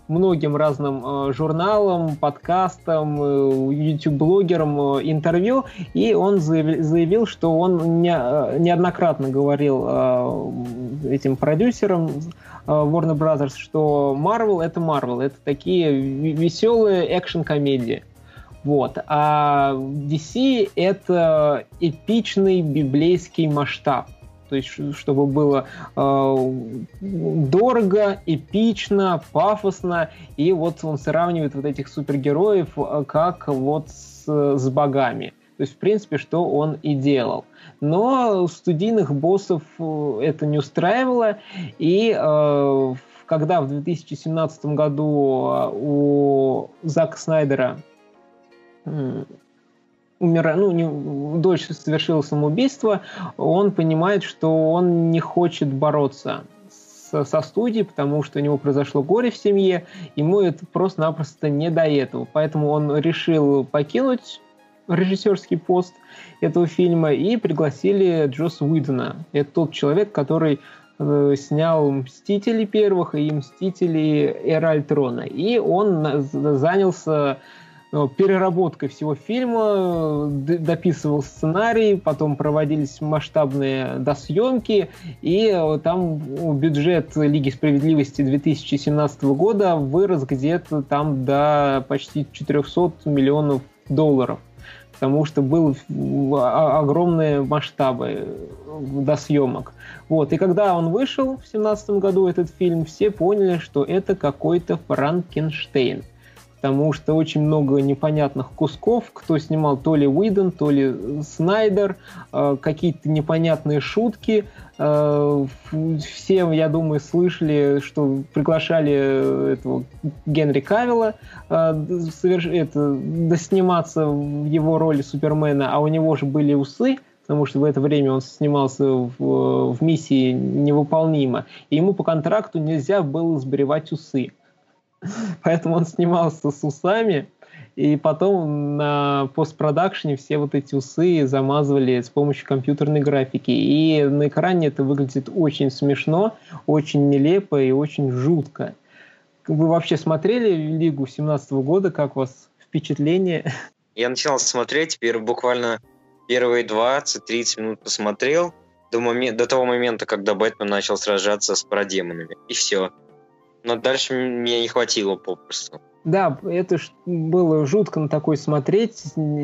многим разным э, журналам, подкастам, э, YouTube-блогерам э, интервью, и он заявил, заявил, что он не, э, неоднократно говорил э, этим продюсерам э, Warner Brothers, что Marvel — это Marvel, это такие веселые экшн-комедии. Вот. А ди си — это эпичный библейский масштаб. То есть, чтобы было э, дорого, эпично, пафосно. И вот он сравнивает вот этих супергероев как вот с, с богами. То есть, в принципе, что он и делал. Но студийных боссов это не устраивало. И э, когда в две тысячи семнадцатом году у Зака Снайдера умира, ну, не, дочь совершила самоубийство, он понимает, что он не хочет бороться с, со студией, потому что у него произошло горе в семье, ему это просто-напросто не до этого. Поэтому он решил покинуть режиссерский пост этого фильма и пригласили Джосса Уидона. Это тот человек, который э, снял «Мстители» первых и «Мстители. Эра Альтрона». И он занялся переработкой всего фильма, дописывал сценарий, потом проводились масштабные досъемки, и там бюджет Лиги Справедливости две тысячи семнадцатого года вырос где-то там до почти четыреста миллионов долларов, потому что были огромные масштабы досъемок. Вот. И когда он вышел в семнадцатом году, этот фильм, все поняли, что это какой-то Франкенштейн. Потому что очень много непонятных кусков, кто снимал, то ли Уидон, то ли Снайдер, э, какие-то непонятные шутки. Э, все, я думаю, слышали, что приглашали этого Генри Кавилла э, соверш... это, досниматься в его роли Супермена, а у него же были усы, потому что в это время он снимался в, в «Миссии невыполнима», и ему по контракту нельзя было сбривать усы. Поэтому он снимался с усами, и потом на постпродакшене все вот эти усы замазывали с помощью компьютерной графики. И на экране это выглядит очень смешно, очень нелепо и очень жутко. Вы вообще смотрели «Лигу» семнадцатого года? Как у вас впечатление? Я начал смотреть, теперь буквально первые двадцать-тридцать минут посмотрел до, момент, до того момента, когда Бэтмен начал сражаться с парадемонами. И все. Но дальше мне не хватило попросту. Да, это было жутко на такой смотреть.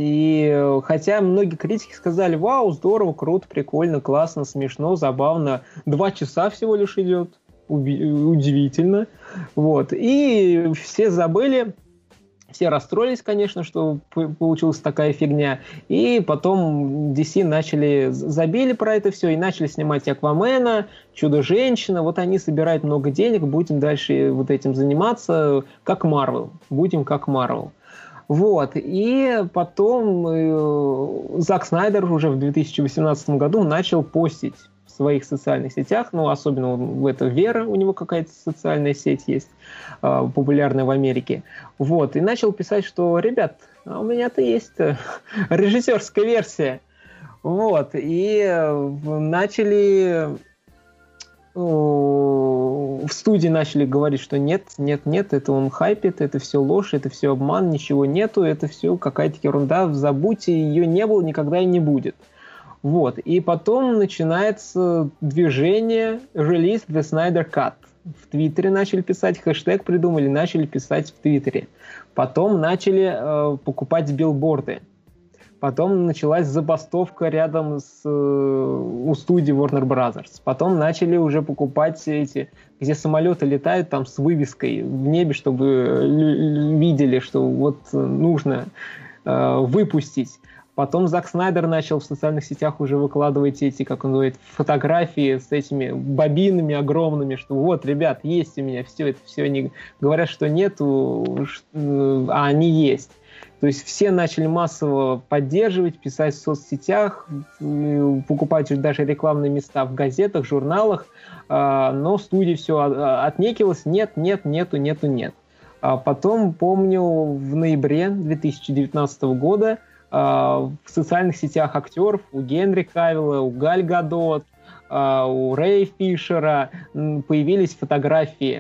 И хотя многие критики сказали: вау, здорово, круто, прикольно, классно, смешно, забавно. Два часа всего лишь идет. Удивительно. Вот. И все забыли. Все расстроились, конечно, что получилась такая фигня. И потом ди си начали, забили про это все и начали снимать «Аквамена», «Чудо-женщина». Вот они собирают много денег, будем дальше вот этим заниматься, как Marvel. Будем как Marvel. Вот. И потом э, Зак Снайдер уже в две тысячи восемнадцатом году начал постить в своих социальных сетях, ну, особенно в это Вера, у него какая-то социальная сеть есть, э, популярная в Америке. Вот, и начал писать, что, ребят, у меня-то есть режиссерская версия. Вот, и начали в студии начали говорить, что нет, нет, нет, это он хайпит, это все ложь, это все обман, ничего нету, это все какая-то ерунда, забудьте, ее не было, никогда и не будет. Вот. И потом начинается движение «Release the Snyder Cut». В Твиттере начали писать, хэштег придумали, начали писать в Твиттере. Потом начали э, покупать билборды. Потом началась забастовка рядом с, э, у студии Warner Brothers. Потом начали уже покупать эти, где самолеты летают там с вывеской в небе, чтобы видели, что вот нужно э, выпустить. Потом Зак Снайдер начал в социальных сетях уже выкладывать эти, как он говорит, фотографии с этими бобинами огромными, что вот, ребят, есть у меня все это, все они говорят, что нету, а они есть. То есть все начали массово поддерживать, писать в соцсетях, покупать даже рекламные места в газетах, журналах, но студия все отнекивалась, нет, нет, нету, нету, нет. А потом, помню, в ноябре две тысячи девятнадцатого года в социальных сетях актеров у Генри Кавилла, у Галь Гадот, у Рэя Фишера появились фотографии с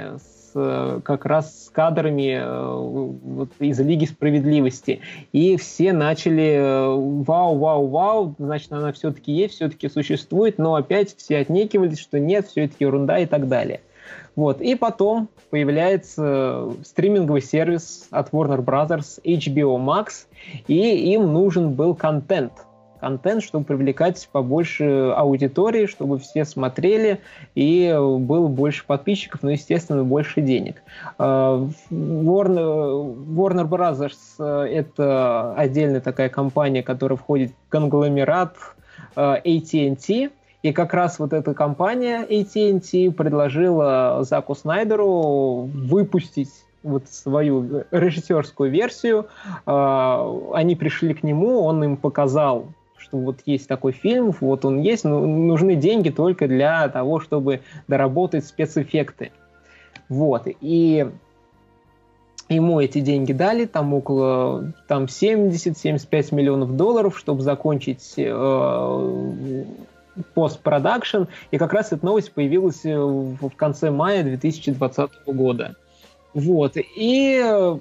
с, как раз с кадрами вот, из Лиги Справедливости. И все начали вау, вау, вау, значит, она все-таки есть, все-таки существует, но опять все отнекивались, что нет, все это ерунда и так далее. Вот. И потом появляется стриминговый сервис от Warner Brothers эйч би о Max, и им нужен был контент. Контент, чтобы привлекать побольше аудитории, чтобы все смотрели, и было больше подписчиков, но, естественно, больше денег. Warner, Warner Brothers — это отдельная такая компания, которая входит в конгломерат эй ти энд ти, и как раз вот эта компания эй ти энд ти предложила Заку Снайдеру выпустить вот свою режиссерскую версию. Они пришли к нему, он им показал, что вот есть такой фильм, вот он есть, но нужны деньги только для того, чтобы доработать спецэффекты. Вот. И ему эти деньги дали, там около там, семьдесят-семьдесят пять миллионов долларов, чтобы закончить э, постпродакшн. И как раз эта новость появилась в, в конце мая две тысячи двадцатого года. Вот. И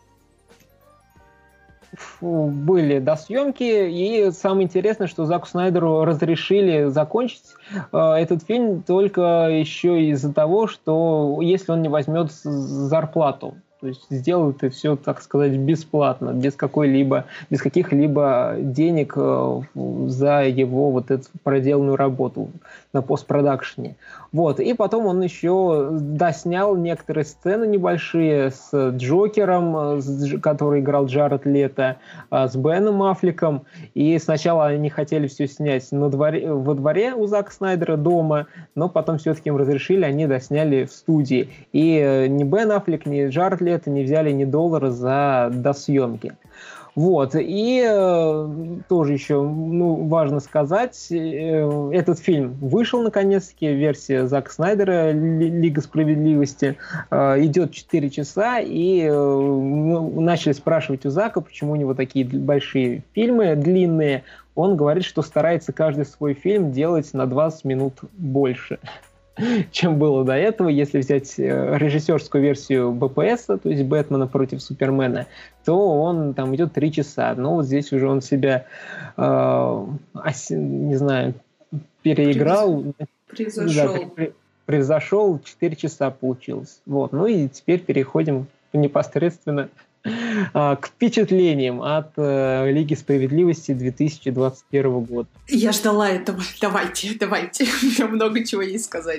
были досъемки, и самое интересное, что Заку Снайдеру разрешили закончить э, этот фильм только еще из-за того, что если он не возьмет зарплату. То есть сделал это все, так сказать, бесплатно, без какой-либо, без каких-либо денег э, за его вот эту проделанную работу на постпродакшене. Вот. И потом он еще доснял некоторые сцены небольшие с Джокером, с, который играл Джаред Лето, э, с Беном Аффлеком. И сначала они хотели все снять на дворе, во дворе у Зака Снайдера дома, но потом все-таки им разрешили, они досняли в студии. И э, ни Бен Аффлек, ни Джаред Лето это не взяли ни доллара за досъемки. Вот. И э, тоже еще ну, важно сказать, э, этот фильм вышел наконец-таки, версия Зака Снайдера «Лига Справедливости», э, идет четыре часа, и э, ну, начали спрашивать у Зака, почему у него такие большие фильмы, длинные. Он говорит, что старается каждый свой фильм делать на двадцать минут больше, чем было до этого. Если взять режиссерскую версию бэ пэ эс, то есть Бэтмена против Супермена, то он там идет три часа. Но вот здесь уже он себя, э, не знаю, переиграл. Превзошел. Да, при, превзошел, четыре часа получилось. Вот. Ну и теперь переходим непосредственно к впечатлениям от э, Лиги Справедливости две тысячи двадцать первого года. Я ждала этого. Давайте, давайте. У меня много чего есть сказать.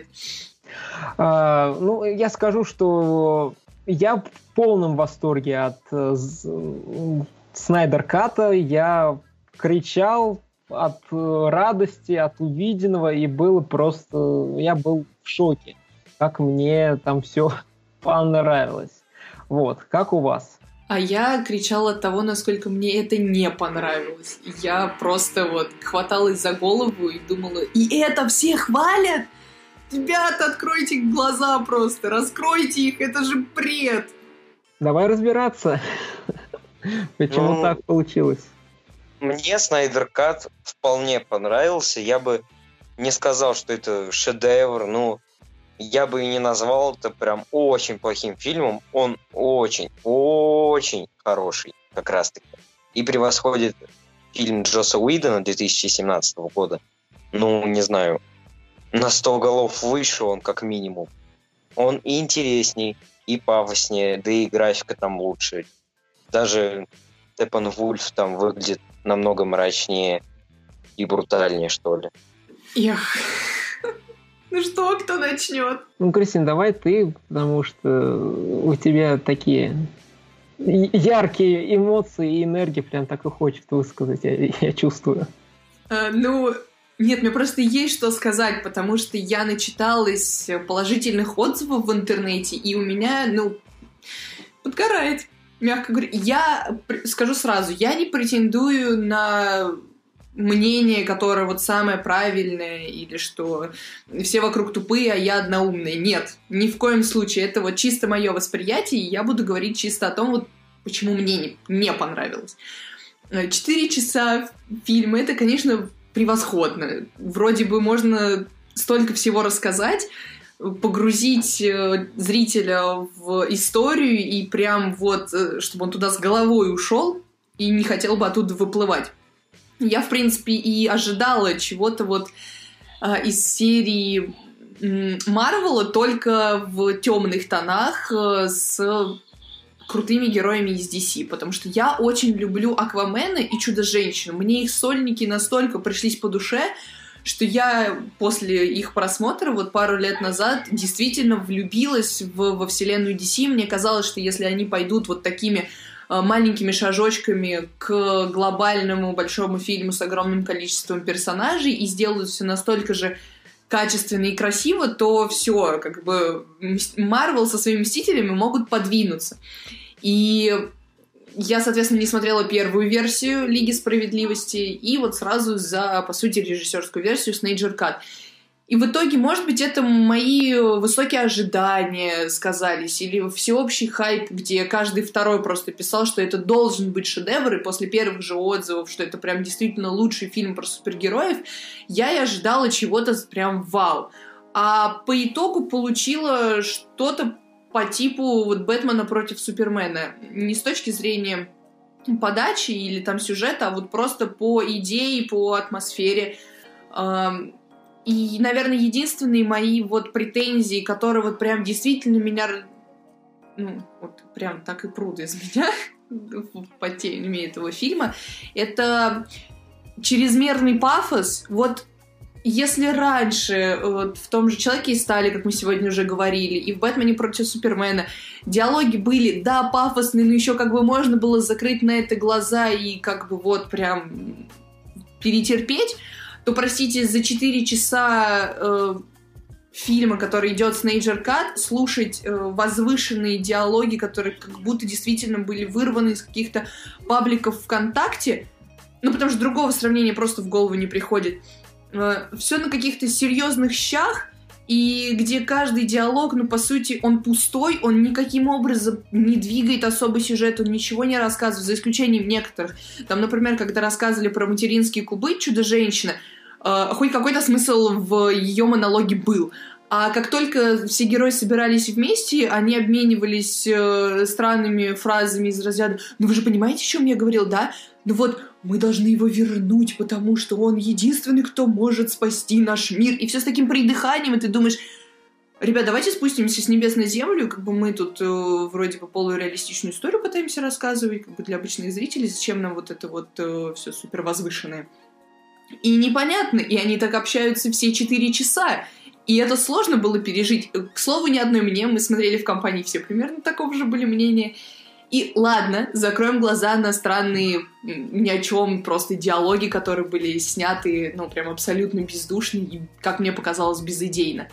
А, ну, я скажу, что я в полном восторге от э, Снайдер Ката. Я кричал от э, радости, от увиденного, и было просто... Я был в шоке, как мне там все понравилось. Вот, как у вас? А я кричала от того, насколько мне это не понравилось. Я просто вот хваталась за голову и думала, и это все хвалят? Ребята, откройте глаза просто, раскройте их, это же бред. Давай разбираться, почему ну, так получилось. Мне Снайдер Кат вполне понравился. Я бы не сказал, что это шедевр, ну... Я бы и не назвал это прям очень плохим фильмом. Он очень, очень хороший, как раз-таки. И превосходит фильм Джосса Уидона две тысячи семнадцатого года. Ну, не знаю, на сто голов выше он, как минимум. Он и интересней, и пафоснее, да и графика там лучше. Даже Степанвольф там выглядит намного мрачнее и брутальнее, что ли. Эх... Ну что, кто начнет? Ну, Кристин, давай ты, потому что у тебя такие яркие эмоции и энергии, прям так и хочет высказать, я, я чувствую. А, ну, нет, мне просто есть что сказать, потому что я начиталась положительных отзывов в интернете, и у меня, ну, подгорает, мягко говоря. Я скажу сразу, я не претендую на... мнение, которое вот самое правильное, или что все вокруг тупые, а я одна умная. Нет, ни в коем случае. Это вот чисто мое восприятие, и я буду говорить чисто о том, вот почему мне не, не понравилось. Четыре часа фильма — это, конечно, превосходно. Вроде бы можно столько всего рассказать, погрузить зрителя в историю и прям вот, чтобы он туда с головой ушел и не хотел бы оттуда выплывать. Я, в принципе, и ожидала чего-то вот из серии Марвела, только в темных тонах с крутыми героями из ди си, потому что я очень люблю Аквамена и Чудо-женщину. Мне их сольники настолько пришлись по душе, что я после их просмотра вот пару лет назад действительно влюбилась в, во вселенную ди си. Мне казалось, что если они пойдут вот такими э, маленькими шажочками к глобальному большому фильму с огромным количеством персонажей и сделают все настолько же качественно и красиво, то все, как бы Марвел со своими Мстителями могут подвинуться. И я, соответственно, не смотрела первую версию Лиги Справедливости и вот сразу за, по сути, режиссерскую версию Снейджер Кат. И в итоге, может быть, это мои высокие ожидания сказались, или всеобщий хайп, где каждый второй просто писал, что это должен быть шедевр, и после первых же отзывов, что это прям действительно лучший фильм про супергероев, я и ожидала чего-то прям вау. А по итогу получила что-то по типу вот Бэтмена против Супермена. Не с точки зрения подачи или там сюжета, а вот просто по идее, по атмосфере. И, наверное, единственные мои вот претензии, которые вот прям действительно меня, ну, вот прям так и прут из меня по теме этого фильма, это чрезмерный пафос. Вот если раньше вот, в том же «Человеке из стали», как мы сегодня уже говорили, и в «Бэтмене против Супермена» диалоги были, да, пафосные, но еще как бы можно было закрыть на это глаза и как бы вот прям перетерпеть, то, простите, за четыре часа э, фильма, который идет Снейджер Кат, слушать э, возвышенные диалоги, которые как будто действительно были вырваны из каких-то пабликов ВКонтакте, ну, потому что другого сравнения просто в голову не приходит. Э, все на каких-то серьезных щах, и где каждый диалог, ну, по сути, он пустой, он никаким образом не двигает особый сюжет, он ничего не рассказывает, за исключением некоторых. Там, например, когда рассказывали про материнские кубы Чудо-женщина, э, хоть какой-то смысл в ее монологе был. А как только все герои собирались вместе, они обменивались э, странными фразами из разряда «Ну вы же понимаете, о чем я говорил, да? Ну вот, мы должны его вернуть, потому что он единственный, кто может спасти наш мир». И все с таким придыханием, и ты думаешь: ребят, давайте спустимся с небес на землю, как бы мы тут э, вроде бы полуреалистичную историю пытаемся рассказывать, как бы для обычных зрителей, зачем нам вот это вот э, все супер возвышенное. И непонятно, и они так общаются все четыре часа. И это сложно было пережить. К слову, ни одной мне, мы смотрели в компании, все примерно такого же были мнения. И ладно, закроем глаза на странные, ни о чем, просто диалоги, которые были сняты, ну, прям абсолютно бездушно и, как мне показалось, безыдейно.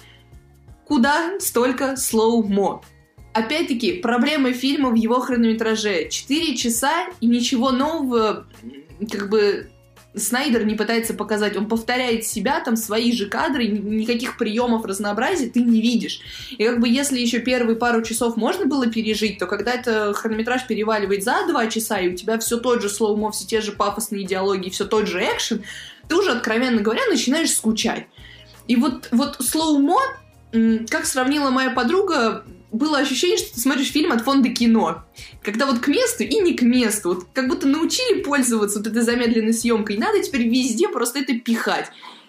Куда столько слоу-мо? Опять-таки, проблема фильма в его хронометраже. Четыре часа и ничего нового, как бы, Снайдер не пытается показать. Он повторяет себя, там свои же кадры, никаких приемов разнообразия ты не видишь. И как бы если еще первые пару часов можно было пережить, то когда это хронометраж переваливает за два часа, и у тебя все тот же слоумо, все те же пафосные диалоги, все тот же экшен, ты уже, откровенно говоря, начинаешь скучать. И вот, вот слоумо, как сравнила моя подруга, было ощущение, что ты смотришь фильм от фонда кино. Когда вот к месту и не к месту. Вот как будто научили пользоваться вот этой замедленной съемкой. Надо теперь везде просто это пихать.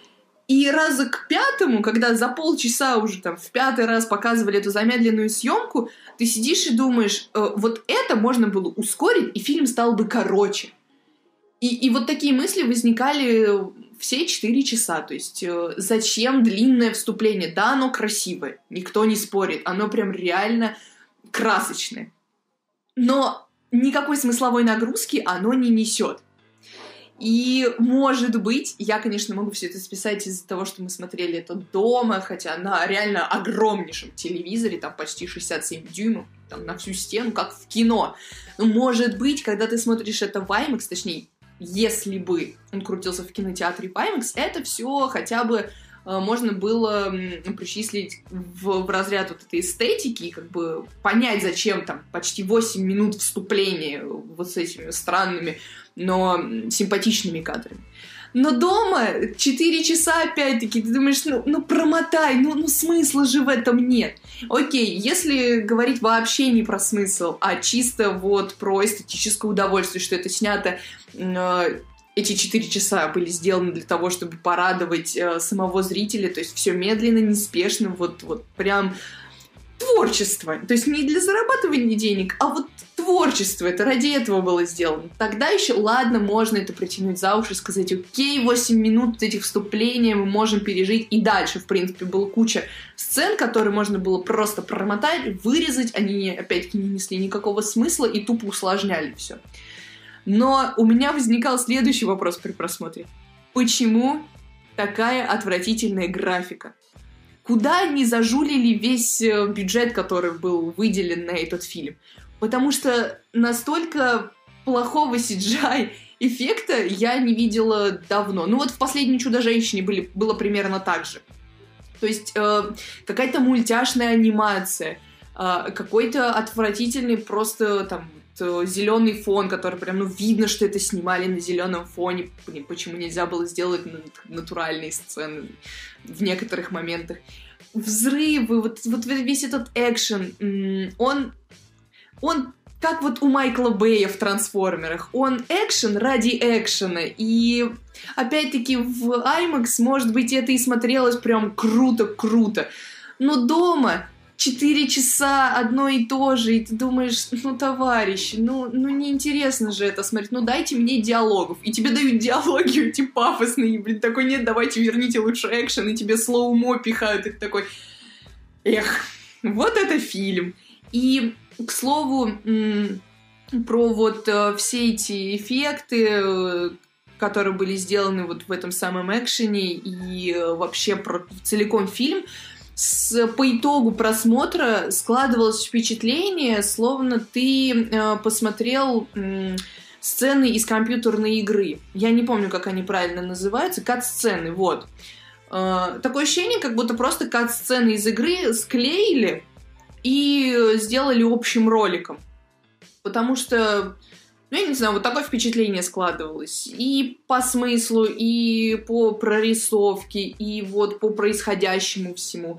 И раза к пятому, когда за полчаса уже там в пятый раз показывали эту замедленную съемку, ты сидишь и думаешь, э, вот это можно было ускорить, и фильм стал бы короче. И, и вот такие мысли возникали все четыре часа. То есть э, зачем длинное вступление? Да, оно красивое, никто не спорит. Оно прям реально красочное. Но никакой смысловой нагрузки оно не несет. И, может быть, я, конечно, могу все это списать из-за того, что мы смотрели это дома, хотя на реально огромнейшем телевизоре, там почти шестьдесят семь дюймов, там на всю стену, как в кино. Но, может быть, когда ты смотришь это в IMAX, точнее, если бы он крутился в кинотеатре в IMAX, это все хотя бы э, можно было э, причислить в, в разряд вот этой эстетики, как бы понять, зачем там почти восемь минут вступления вот с этими странными, но симпатичными кадрами. Но дома четыре часа опять-таки, ты думаешь, ну, ну промотай, ну, ну смысла же в этом нет. Окей, если говорить вообще не про смысл, а чисто вот про эстетическое удовольствие, что это снято... Э, эти четыре часа были сделаны для того, чтобы порадовать э, самого зрителя, то есть все медленно, неспешно, вот, вот прям творчество. То есть не для зарабатывания денег, а вот творчество. Это ради этого было сделано. Тогда еще, ладно, можно это притянуть за уши, сказать, окей, восемь минут этих вступления мы можем пережить. И дальше, в принципе, была куча сцен, которые можно было просто промотать, вырезать. Они, опять-таки, не несли никакого смысла и тупо усложняли все. Но у меня возникал следующий вопрос при просмотре. Почему такая отвратительная графика? Куда они зажулили весь бюджет, который был выделен на этот фильм? Потому что настолько плохого си джи ай-эффекта я не видела давно. Ну вот в «Последней Чудо-женщине» были, было примерно так же. То есть э, какая-то мультяшная анимация, э, какой-то отвратительный просто там... зеленый фон, который прям, ну, видно, что это снимали на зеленом фоне. Блин, почему нельзя было сделать натуральные сцены в некоторых моментах. Взрывы, вот, вот весь этот экшен, он, он как вот у Майкла Бэя в «Трансформерах». Он экшен ради экшена. И, опять-таки, в IMAX, может быть, это и смотрелось прям круто-круто. Но дома... Четыре часа одно и то же, и ты думаешь, ну, товарищи, ну, ну, неинтересно же это смотреть, ну, дайте мне диалогов. И тебе дают диалоги эти пафосные, и, блин, такой, нет, давайте верните лучше экшен, и тебе слоумо пихают, и ты такой, эх, вот это фильм. И, к слову, м- про вот э, все эти эффекты, э, которые были сделаны вот в этом самом экшене, и э, вообще про целиком фильм, С, по итогу просмотра складывалось впечатление, словно ты э, посмотрел э, сцены из компьютерной игры. Я не помню, как они правильно называются. Кат-сцены, вот. Э, такое ощущение, как будто просто кат-сцены из игры склеили и сделали общим роликом. Потому что... Ну, я не знаю, вот такое впечатление складывалось и по смыслу, и по прорисовке, и вот по происходящему всему.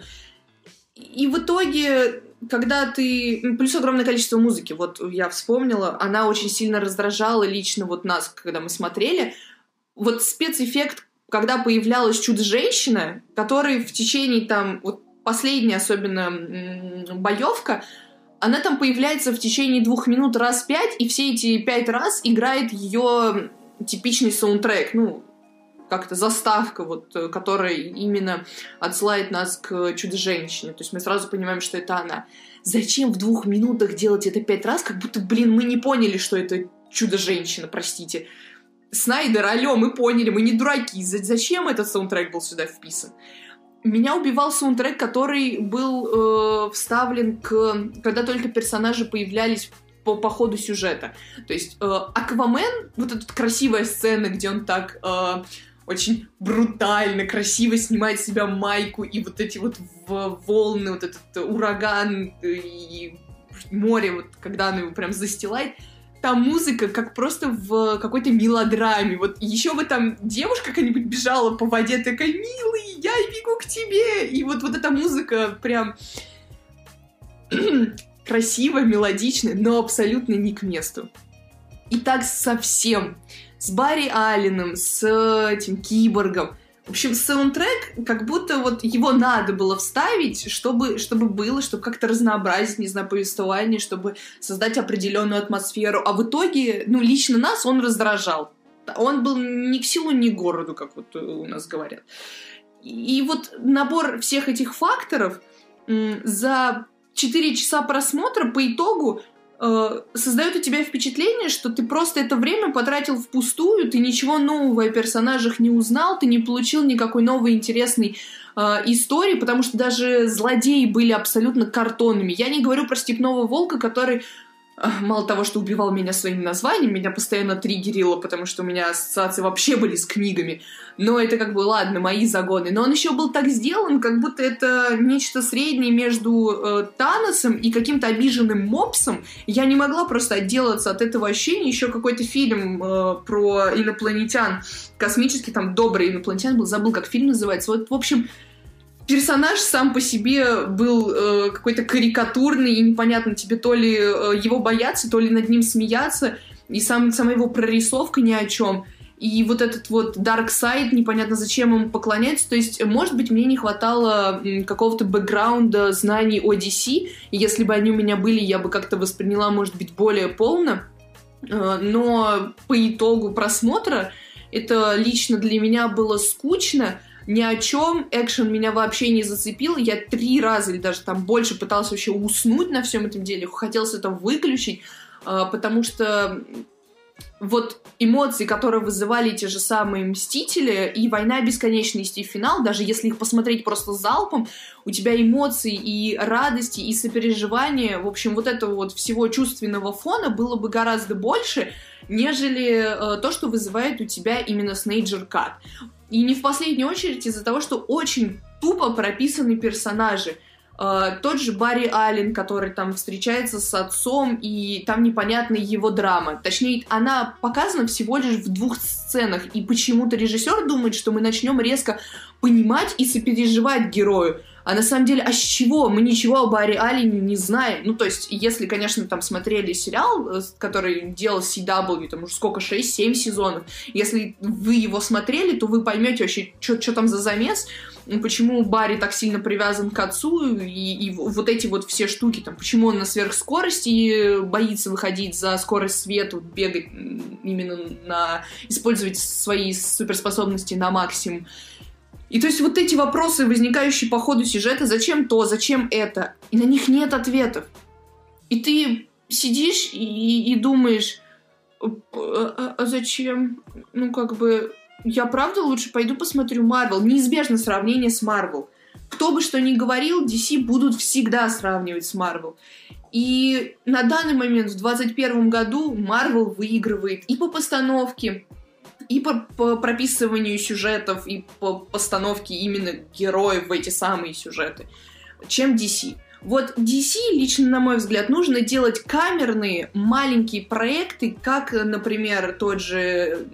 И в итоге, когда ты... Плюс огромное количество музыки, вот я вспомнила, она очень сильно раздражала лично вот нас, когда мы смотрели. Вот спецэффект, когда появлялась Чудо-женщина, которая в течение там... Вот последняя особенно боевка, она там появляется в течение двух минут раз пять, и все эти пять раз играет ее типичный саундтрек, ну, как-то заставка, вот, которая именно отсылает нас к Чудо-женщине. То есть мы сразу понимаем, что это она. Зачем в двух минутах делать это пять раз, как будто, блин, мы не поняли, что это Чудо-женщина, простите. Снайдер, алло, мы поняли, мы не дураки. Зачем этот саундтрек был сюда вписан? Меня убивал саундтрек, который был э, вставлен, к, когда только персонажи появлялись по, по ходу сюжета. То есть э, Аквамен, вот эта красивая сцена, где он так э, очень брутально, красиво снимает с себя майку, и вот эти вот волны, вот этот ураган и море, вот когда оно его прям застилает. Там музыка как просто в какой-то мелодраме. Вот еще бы там девушка какая-нибудь бежала по воде, такая, милый, я бегу к тебе. И вот, вот эта музыка прям красивая, мелодичная, но абсолютно не к месту. И так совсем. С Барри Алленом, с этим Киборгом. В общем, саундтрек, как будто вот его надо было вставить, чтобы, чтобы было, чтобы как-то разнообразить, не знаю, повествование, чтобы создать определенную атмосферу. А в итоге, ну, лично нас он раздражал. Он был ни к селу, ни к городу, как вот у нас говорят. И вот набор всех этих факторов м- за четыре часа просмотра по итогу э, создает у тебя впечатление, что ты просто это время потратил впустую, ты ничего нового о персонажах не узнал, ты не получил никакой новой интересной э, истории, потому что даже злодеи были абсолютно картонными. Я не говорю про Степного Волка, который мало того, что убивал меня своим названием, меня постоянно триггерило, потому что у меня ассоциации вообще были с книгами. Но это как бы, ладно, мои загоны. Но он еще был так сделан, как будто это нечто среднее между э, Таносом и каким-то обиженным мопсом. Я не могла просто отделаться от этого ощущения. Еще какой-то фильм э, про инопланетян, космический, там, добрый инопланетян был, забыл, как фильм называется. Вот, в общем... Персонаж сам по себе был э, какой-то карикатурный, и непонятно тебе то ли э, его бояться, то ли над ним смеяться, и сам, сама его прорисовка ни о чем. И вот этот вот Dark Side, непонятно зачем ему поклоняется. То есть, может быть, мне не хватало м, какого-то бэкграунда знаний о ди си, и если бы они у меня были, я бы как-то восприняла, может быть, более полно. Э, но по итогу просмотра это лично для меня было скучно, ни о чем, экшен меня вообще не зацепил, я три раза или даже там больше пыталась вообще уснуть на всем этом деле, хотелось это выключить, потому что вот эмоции, которые вызывали те же самые «Мстители» и «Война бесконечности» и «Финал», даже если их посмотреть просто залпом, у тебя эмоций и радости, и сопереживания, в общем, вот этого вот всего чувственного фона было бы гораздо больше, нежели э, то, что вызывает у тебя именно Снейджер Кат. И не в последнюю очередь из-за того, что очень тупо прописаны персонажи. Uh, тот же Барри Аллен, который там встречается с отцом, и там непонятна его драма. Точнее, она показана всего лишь в двух сценах, и почему-то режиссер думает, что мы начнем резко понимать и сопереживать герою. А на самом деле, а с чего? Мы ничего о Барри Аллене не знаем. Ну, то есть, если, конечно, там смотрели сериал, который делал си дабл ю, там уже сколько, шесть-семь сезонов, если вы его смотрели, то вы поймете вообще, что там за замес, почему Барри так сильно привязан к отцу, и, и вот эти вот все штуки, там, почему он на сверхскорости боится выходить за скорость света, бегать именно на... использовать свои суперспособности на максимум. И то есть вот эти вопросы, возникающие по ходу сюжета, зачем то, зачем это, и на них нет ответов. И ты сидишь и, и думаешь, а, а зачем? Ну, как бы, я правда лучше пойду посмотрю Марвел. Неизбежно сравнение с Марвел. Кто бы что ни говорил, ди си будут всегда сравнивать с Марвел. И на данный момент, в двадцать первом году, Марвел выигрывает и по постановке, и по, по прописыванию сюжетов, и по постановке именно героев в эти самые сюжеты, чем ди си. Вот ди си, лично на мой взгляд, нужно делать камерные, маленькие проекты, как, например, тот же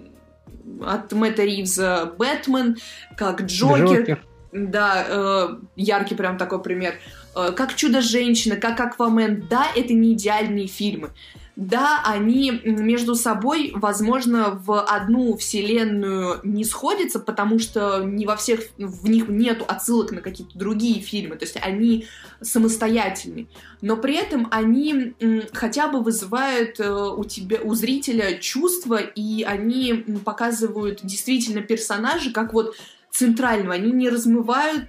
от Мэтта Ривза «Бэтмен», как «Джокер». Джокер. Да, э, яркий прям такой пример. Э, как «Чудо-женщина», как «Аквамен». Да, это не идеальные фильмы. Да, они между собой, возможно, в одну вселенную не сходятся, потому что не во всех в них нету отсылок на какие-то другие фильмы, то есть они самостоятельны. Но при этом они м, хотя бы вызывают э, у тебя, у зрителя чувства, и они показывают действительно персонажа как вот центрального. Они не размывают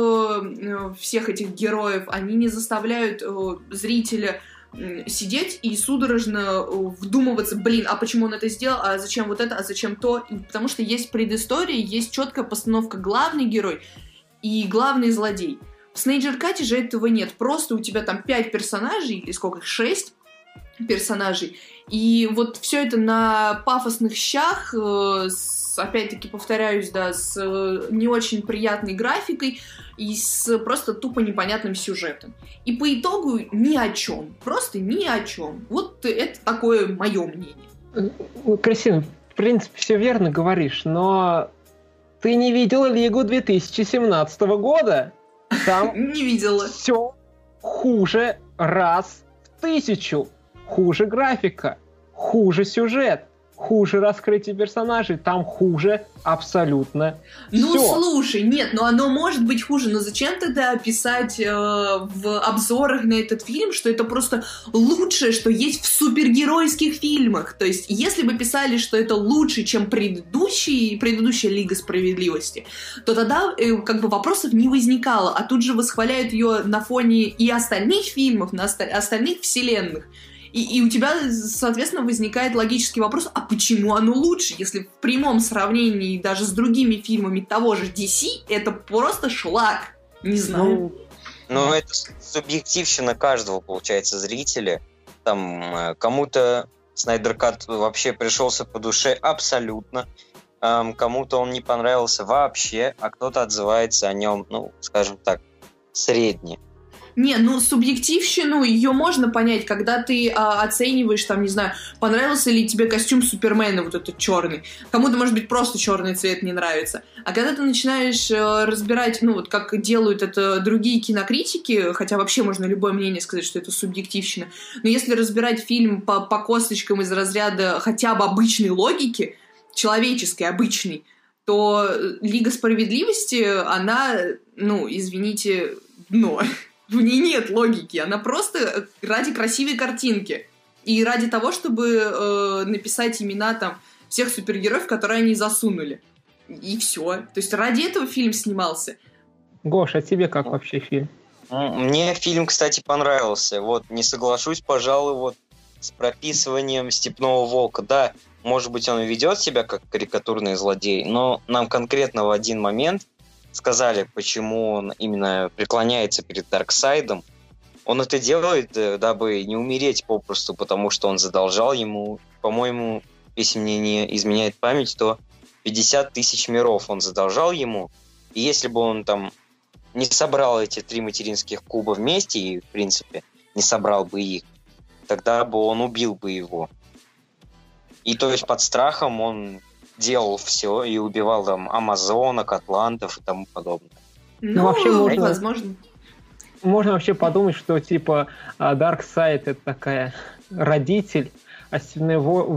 э, всех этих героев, они не заставляют э, зрителя сидеть и судорожно вдумываться, блин, а почему он это сделал, а зачем вот это, а зачем то, потому что есть предыстория, есть четкая постановка главный герой и главный злодей. В Снейджер Кате же этого нет, просто у тебя там пять персонажей, или сколько их, шесть персонажей, и вот все это на пафосных щах, э, с, опять-таки повторяюсь, да, с э, не очень приятной графикой и с просто тупо непонятным сюжетом. И по итогу ни о чем, просто ни о чем. Вот это такое мое мнение. Кристина, в принципе, все верно говоришь, но ты не видела Лигу две тысячи семнадцатого года? Там не видела. Все хуже раз в тысячу. Хуже графика, хуже сюжет, хуже раскрытие персонажей, там хуже абсолютно Ну, всё. Слушай, нет, ну оно может быть хуже, но зачем тогда писать э, в обзорах на этот фильм, что это просто лучшее, что есть в супергеройских фильмах? То есть, если бы писали, что это лучше, чем предыдущий, предыдущая Лига Справедливости, то тогда э, как бы вопросов не возникало, а тут же восхваляют ее на фоне и остальных фильмов, на оста- остальных вселенных. И, и у тебя, соответственно, возникает логический вопрос, а почему оно лучше, если в прямом сравнении даже с другими фильмами того же ди си это просто шлак? Не знаю. Ну, это субъективщина каждого, получается, зрителя. Там кому-то Снайдер Кат вообще пришелся по душе абсолютно. Кому-то он не понравился вообще, а кто-то отзывается о нем, ну, скажем так, средне. Не, ну, субъективщину, ее можно понять, когда ты а, оцениваешь, там, не знаю, понравился ли тебе костюм Супермена, вот этот черный. Кому-то, может быть, просто черный цвет не нравится. А когда ты начинаешь а, разбирать, ну, вот как делают это другие кинокритики, хотя вообще можно любое мнение сказать, что это субъективщина, но если разбирать фильм по, по косточкам из разряда хотя бы обычной логики, человеческой, обычной, то Лига Справедливости, она, ну, извините, дно. В ней нет логики, она просто ради красивой картинки и ради того, чтобы э, написать имена там всех супергероев, которые они засунули. И все. То есть ради этого фильм снимался. Гош, а тебе как вообще фильм? Мне фильм, кстати, понравился. Вот, не соглашусь, пожалуй, вот с прописыванием Степного Волка. Да, может быть, он и ведет себя как карикатурный злодей, но нам конкретно в один момент сказали, почему он именно преклоняется перед Дарксайдом. Он это делает, дабы не умереть попросту, потому что он задолжал ему, по-моему, если мне не изменяет память, то пятьдесят тысяч миров он задолжал ему. И если бы он там не собрал эти три материнских куба вместе, и, в принципе, не собрал бы их, тогда бы он убил бы его. И то есть под страхом он делал все и убивал там амазонок, атлантов и тому подобное. Ну, ну вообще можно, возможно. Можно вообще подумать, что типа Дарксайд это такая родитель, а Степной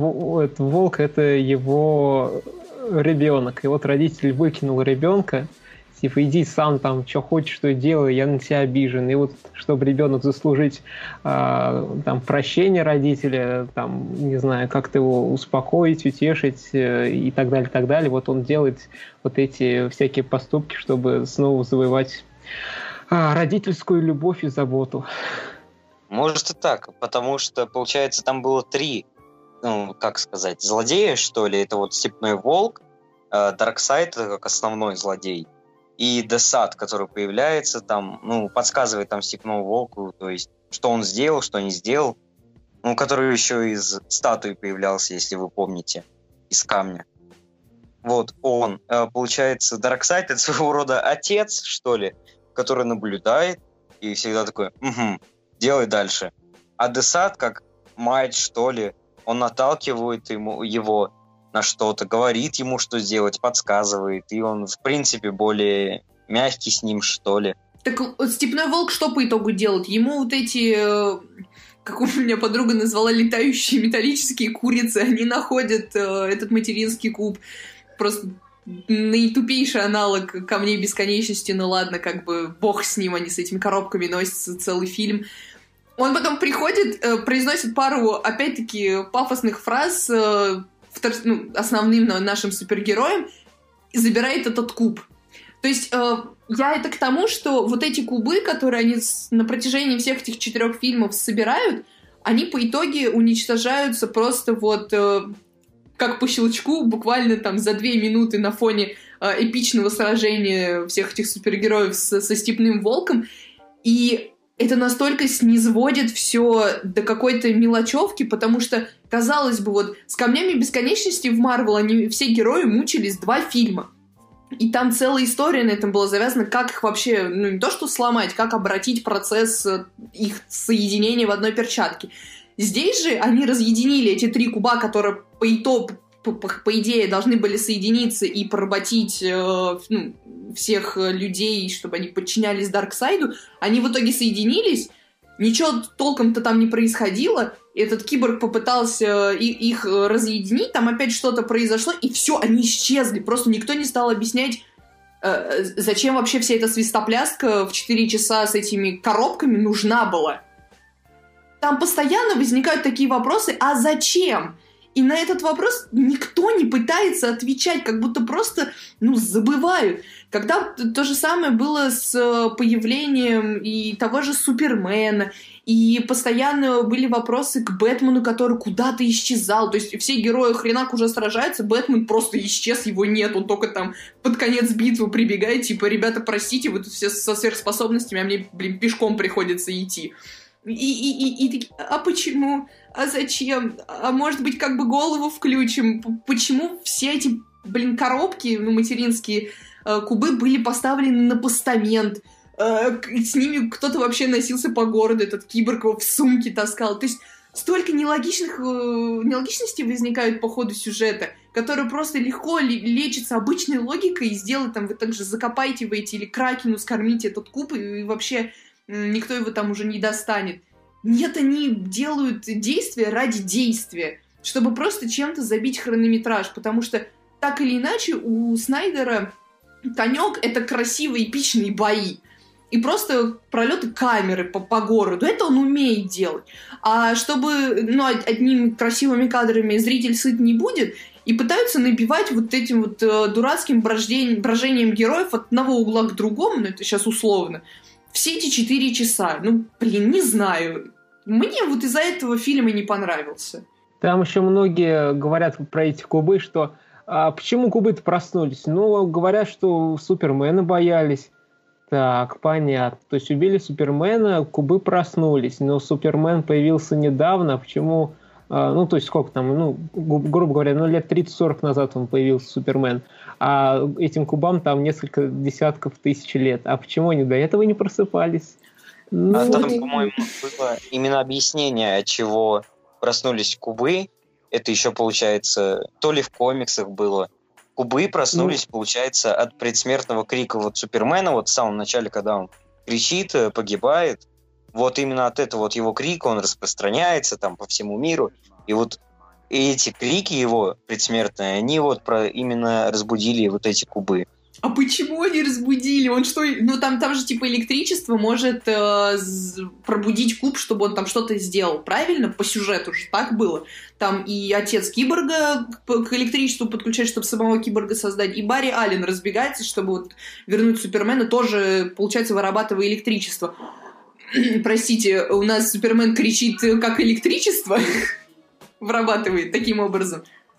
Волк это его ребенок. И вот родитель выкинул ребенка, типа иди сам там, что хочешь, что делай, я на тебя обижен. И вот чтобы ребенок заслужить э, там прощение родителя, там, не знаю, как-то его успокоить, утешить э, и так далее, так далее, вот он делает вот эти всякие поступки, чтобы снова завоевать э, родительскую любовь и заботу. Может и так, потому что, получается, там было три, ну, как сказать, злодея, что ли. Это вот Степной Волк, э, Дарксайд, это как основной злодей, и Десад, который появляется там, ну, подсказывает там Степному Волку, то есть, что он сделал, что не сделал, ну, который еще из статуи появлялся, если вы помните, из камня. Вот он, получается, Дарксайд — это своего рода отец, что ли, который наблюдает и всегда такой, угу, делай дальше. А Десад, как мать, что ли, он наталкивает ему, его на что-то, говорит ему, что сделать, подсказывает, и он, в принципе, более мягкий с ним, что ли. Так Степной Волк что по итогу делает? Ему вот эти, как у меня подруга назвала, летающие металлические курицы, они находят этот материнский куб. Просто наитупейший аналог Камней Бесконечности, ну ладно, как бы бог с ним, они с этими коробками носятся целый фильм. Он потом приходит, произносит пару, опять-таки, пафосных фраз, ну, основным нашим супергероем, и забирает этот куб. То есть э, я это к тому, что вот эти кубы, которые они с, на протяжении всех этих четырех фильмов собирают, они по итоге уничтожаются просто вот э, как по щелчку, буквально там за две минуты на фоне э, эпичного сражения всех этих супергероев с, со Степным Волком. И это настолько снизводит все до какой-то мелочевки, потому что, казалось бы, вот с Камнями Бесконечности в Марвел они все герои мучились два фильма. И там целая история на этом была завязана, как их вообще, ну не то что сломать, как обратить процесс их соединения в одной перчатке. Здесь же они разъединили эти три куба, которые по итогу, по, по, по идее, должны были соединиться и поработить э, ну, всех людей, чтобы они подчинялись Дарксайду. Они в итоге соединились, ничего толком-то там не происходило. Этот киборг попытался их разъединить, там опять что-то произошло, и все, они исчезли. Просто никто не стал объяснять, э, зачем вообще вся эта свистопляска в четыре часа с этими коробками нужна была. Там постоянно возникают такие вопросы, а зачем? И на этот вопрос никто не пытается отвечать, как будто просто, ну, забывают. Когда то же самое было с появлением и того же Супермена, и постоянно были вопросы к Бэтмену, который куда-то исчезал. То есть все герои хренак уже сражаются, Бэтмен просто исчез, его нет, он только там под конец битвы прибегает, типа, ребята, простите, вы тут все со сверхспособностями, а мне, блин, пешком приходится идти. И, и, и, и такие, а почему? А зачем? А может быть, как бы голову включим? Почему все эти, блин, коробки, ну, материнские, э, кубы были поставлены на постамент? Э, с ними кто-то вообще носился по городу, этот киборг его в сумке таскал. То есть столько нелогичных, э, нелогичностей возникают по ходу сюжета, которые просто легко лечатся обычной логикой, и сделать там, вы также закопайте вы эти или кракену скормите этот куб, и вообще никто его там уже не достанет. Нет, они делают действия ради действия, чтобы просто чем-то забить хронометраж, потому что так или иначе у Снайдера конек — это красивые эпичные бои. И просто пролеты камеры по, по городу. Это он умеет делать. А чтобы, ну, одними красивыми кадрами зритель сыт не будет, и пытаются набивать вот этим вот э, дурацким брождением, брожением героев от одного угла к другому, ну, это сейчас условно, все эти четыре часа. Ну, блин, не знаю. Мне вот из-за этого фильм и не понравился. Там еще многие говорят про эти кубы, что а почему кубы-то проснулись? Ну, говорят, что Супермена боялись. Так, понятно. То есть убили Супермена, кубы проснулись. Но Супермен появился недавно. Почему? А, ну, то есть сколько там? Ну, грубо говоря, ну, лет тридцать-сорок назад он появился, Супермен. А этим кубам там несколько десятков тысяч лет. А почему они до этого не просыпались? Ну, а там, по-моему, было именно объяснение, от чего проснулись кубы. Это еще, получается, то ли в комиксах было. Кубы проснулись, ну, получается, от предсмертного крика вот Супермена, вот в самом начале, когда он кричит, погибает. Вот именно от этого вот его крика он распространяется там по всему миру. И вот эти крики его предсмертные, они вот про, именно разбудили вот эти кубы. А почему они разбудили? Он что? Ну, там, там же, типа, электричество может э, пробудить куб, чтобы он там что-то сделал. Правильно? По сюжету же так было. Там и отец киборга к электричеству подключает, чтобы самого киборга создать. И Барри Аллен разбегается, чтобы вот вернуть Супермена, тоже, получается, вырабатывая электричество. Простите, у нас Супермен кричит как электричество? Вырабатывает таким образом.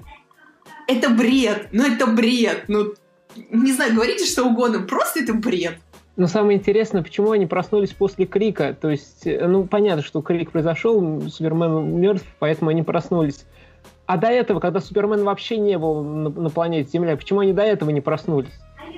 Это бред. Ну, это бред. Ну, не знаю, говорите что угодно, просто это бред. Но самое интересное, почему они проснулись после крика. То есть, ну, понятно, что крик произошел, Супермен мертв, поэтому они проснулись. А до этого, когда Супермен вообще не был на, на планете Земля, почему они до этого не проснулись?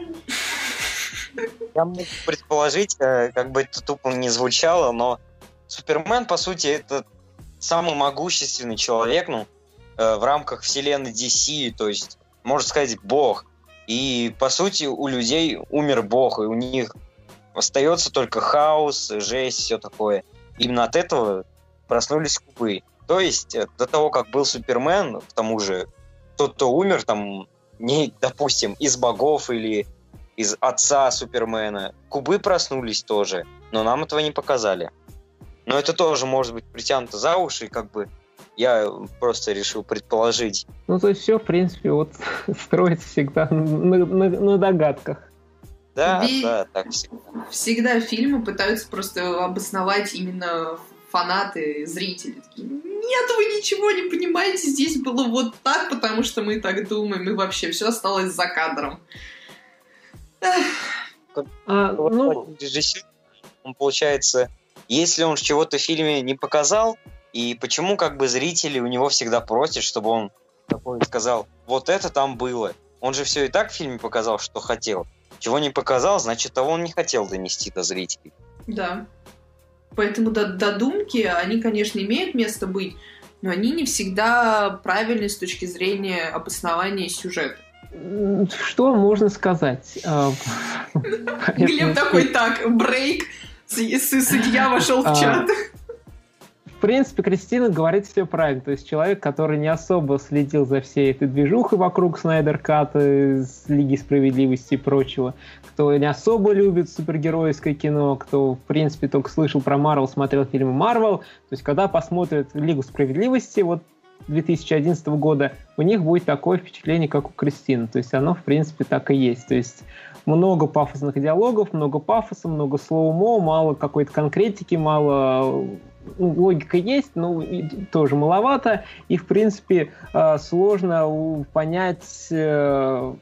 Я могу предположить, как бы это тупо не звучало, но Супермен, по сути, это самый могущественный человек, ну, в рамках вселенной ди си, то есть, можно сказать, бог. И, по сути, у людей умер бог, и у них остается только хаос, жесть, все такое. Именно от этого проснулись кубы. То есть, до того, как был Супермен, к тому же, тот, кто умер, там, не, допустим, из богов или из отца Супермена, кубы проснулись тоже, но нам этого не показали. Но это тоже может быть притянуто за уши, и как бы я просто решил предположить. Ну, то есть все, в принципе, вот строится всегда на, на, на догадках. Да, Ви... да, так всегда. Всегда фильмы пытаются просто обосновать именно фанаты, зрители. Такие, нет, вы ничего не понимаете, здесь было вот так, потому что мы так думаем, и вообще все осталось за кадром. А, ну... Режиссер, он, получается, если он чего-то в фильме не показал, и почему как бы зрители у него всегда просят, чтобы он такой сказал, вот это там было. Он же все и так в фильме показал, что хотел. Чего не показал, значит, того он не хотел донести до зрителей. Да. Поэтому додумки, они, конечно, имеют место быть, но они не всегда правильны с точки зрения обоснования сюжета. Что можно сказать? Глеб такой, так, брейк, судья вошел в чат. В принципе, Кристина говорит все правильно. То есть человек, который не особо следил за всей этой движухой вокруг Снайдер-ката, Лиги Справедливости и прочего, кто не особо любит супергеройское кино, кто, в принципе, только слышал про Марвел, смотрел фильмы Марвел, то есть когда посмотрят Лигу Справедливости вот две тысячи одиннадцатого года, у них будет такое впечатление, как у Кристины. То есть оно, в принципе, так и есть. То есть много пафосных диалогов, много пафоса, много слоумо, мало какой-то конкретики, мало... Ну, логика есть, но тоже маловато. И, в принципе, сложно понять,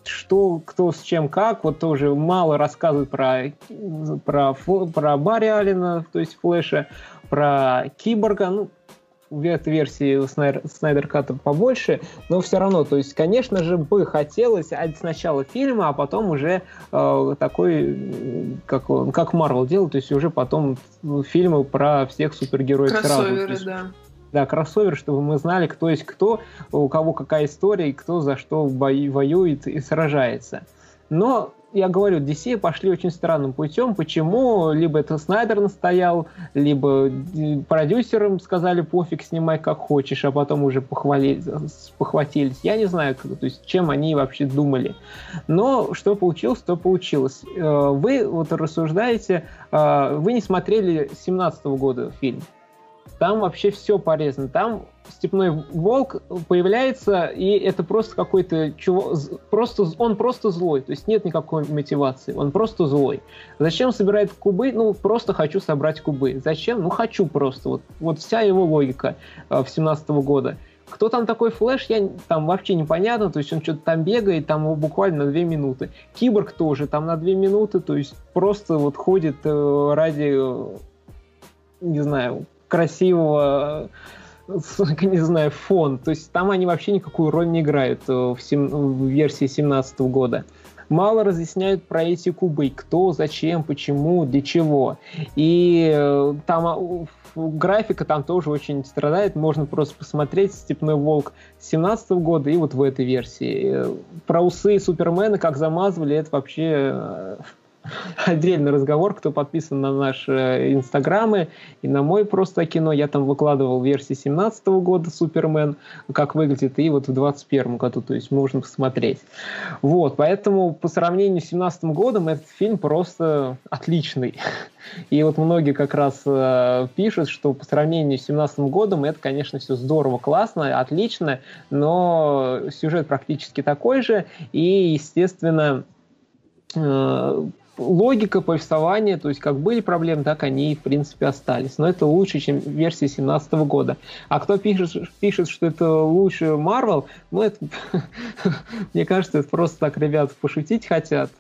что, кто с чем как, вот тоже мало рассказывают про, про, про Барри Аллена, то есть Флэша, про Киборга, ну, в этой версии Снайдер, Снайдер Ката побольше, но все равно, то есть, конечно же, бы хотелось сначала фильма, а потом уже э, такой, как, как Марвел делал, то есть уже потом фильмы про всех супергероев сразу. Кроссоверы, да. Да, кроссовер, чтобы мы знали, кто есть кто, у кого какая история, и кто за что бою, воюет и сражается. Но, я говорю, ди си пошли очень странным путем. Почему? Либо это Снайдер настоял, либо продюсерам сказали, пофиг, снимай как хочешь, а потом уже похвалили, похватились. Я не знаю, то есть, чем они вообще думали. Но что получилось, то получилось. Вы вот рассуждаете, вы не смотрели семнадцатого года фильм. Там вообще все порезано. Там степной волк появляется, и это просто какой-то чувак, просто, он просто злой, то есть нет никакой мотивации, он просто злой. Зачем собирает кубы? Ну, просто хочу собрать кубы. Зачем? Ну, хочу просто. Вот, вот вся его логика э, в семнадцатого года. Кто там такой Флэш, я там вообще непонятно, то есть он что-то там бегает, там его буквально на две минуты. Киборг тоже там на две минуты, то есть просто вот ходит э, ради, э, не знаю, красивого, не знаю, фон. То есть там они вообще никакую роль не играют в, сем... в версии семнадцатого года. Мало разъясняют про эти кубы. Кто, зачем, почему, для чего. И там графика там тоже очень страдает. Можно просто посмотреть «Степной волк» семнадцатого года и вот в этой версии. Про усы Супермена, как замазывали, это вообще... отдельный разговор, кто подписан на наши инстаграмы и на мой просто кино. Я там выкладывал версии семнадцатого года Супермен, как выглядит, и вот в двадцать первом году, то есть можно посмотреть. Вот, поэтому по сравнению с семнадцатым годом этот фильм просто отличный. И вот многие как раз э, пишут, что по сравнению с семнадцатым годом это, конечно, все здорово, классно, отлично, но сюжет практически такой же, и, естественно, э, логика повествования, то есть как были проблемы, так они, в принципе, остались. Но это лучше, чем версия семнадцатого года. А кто пишет, пишет, что это лучше Marvel, ну, это, мне кажется, это просто так ребята пошутить хотят,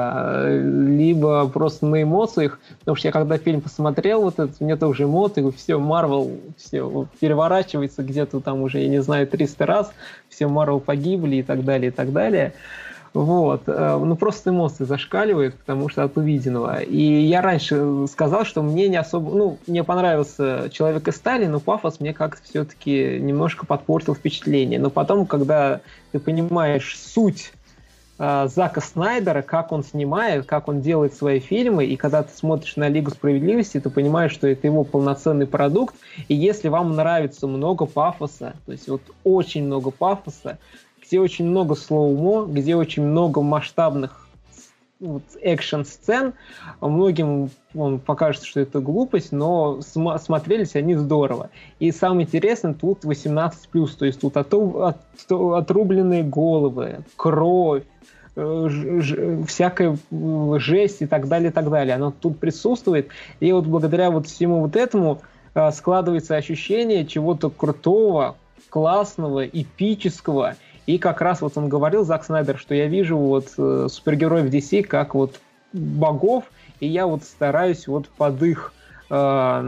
либо просто на эмоциях, потому что я когда фильм посмотрел, вот это, мне тоже эмоции, все, Marvel, все переворачивается где-то там уже, я не знаю, триста раз, все Marvel погибли и так далее, и так далее. Вот. Ну, просто эмоции зашкаливают, потому что от увиденного. И я раньше сказал, что мне не особо... Ну, мне понравился «Человек из стали», но пафос мне как-то все-таки немножко подпортил впечатление. Но потом, когда ты понимаешь суть э, Зака Снайдера, как он снимает, как он делает свои фильмы, и когда ты смотришь на «Лигу справедливости», ты понимаешь, что это его полноценный продукт. И если вам нравится много пафоса, то есть вот очень много пафоса, где очень много слоумо, где очень много масштабных вот, экшн-сцен. Многим он покажется, что это глупость, но см- смотрелись они здорово. И самое интересное, тут восемнадцать плюс, то есть тут оту- от- отрубленные головы, кровь, ж- ж- всякая жесть и так далее, и так далее. Оно тут присутствует. И вот благодаря вот всему вот этому э, складывается ощущение чего-то крутого, классного, эпического. И как раз вот он говорил, Зак Снайдер, что я вижу вот э, супергероев ди си как вот богов, и я вот стараюсь вот под их э,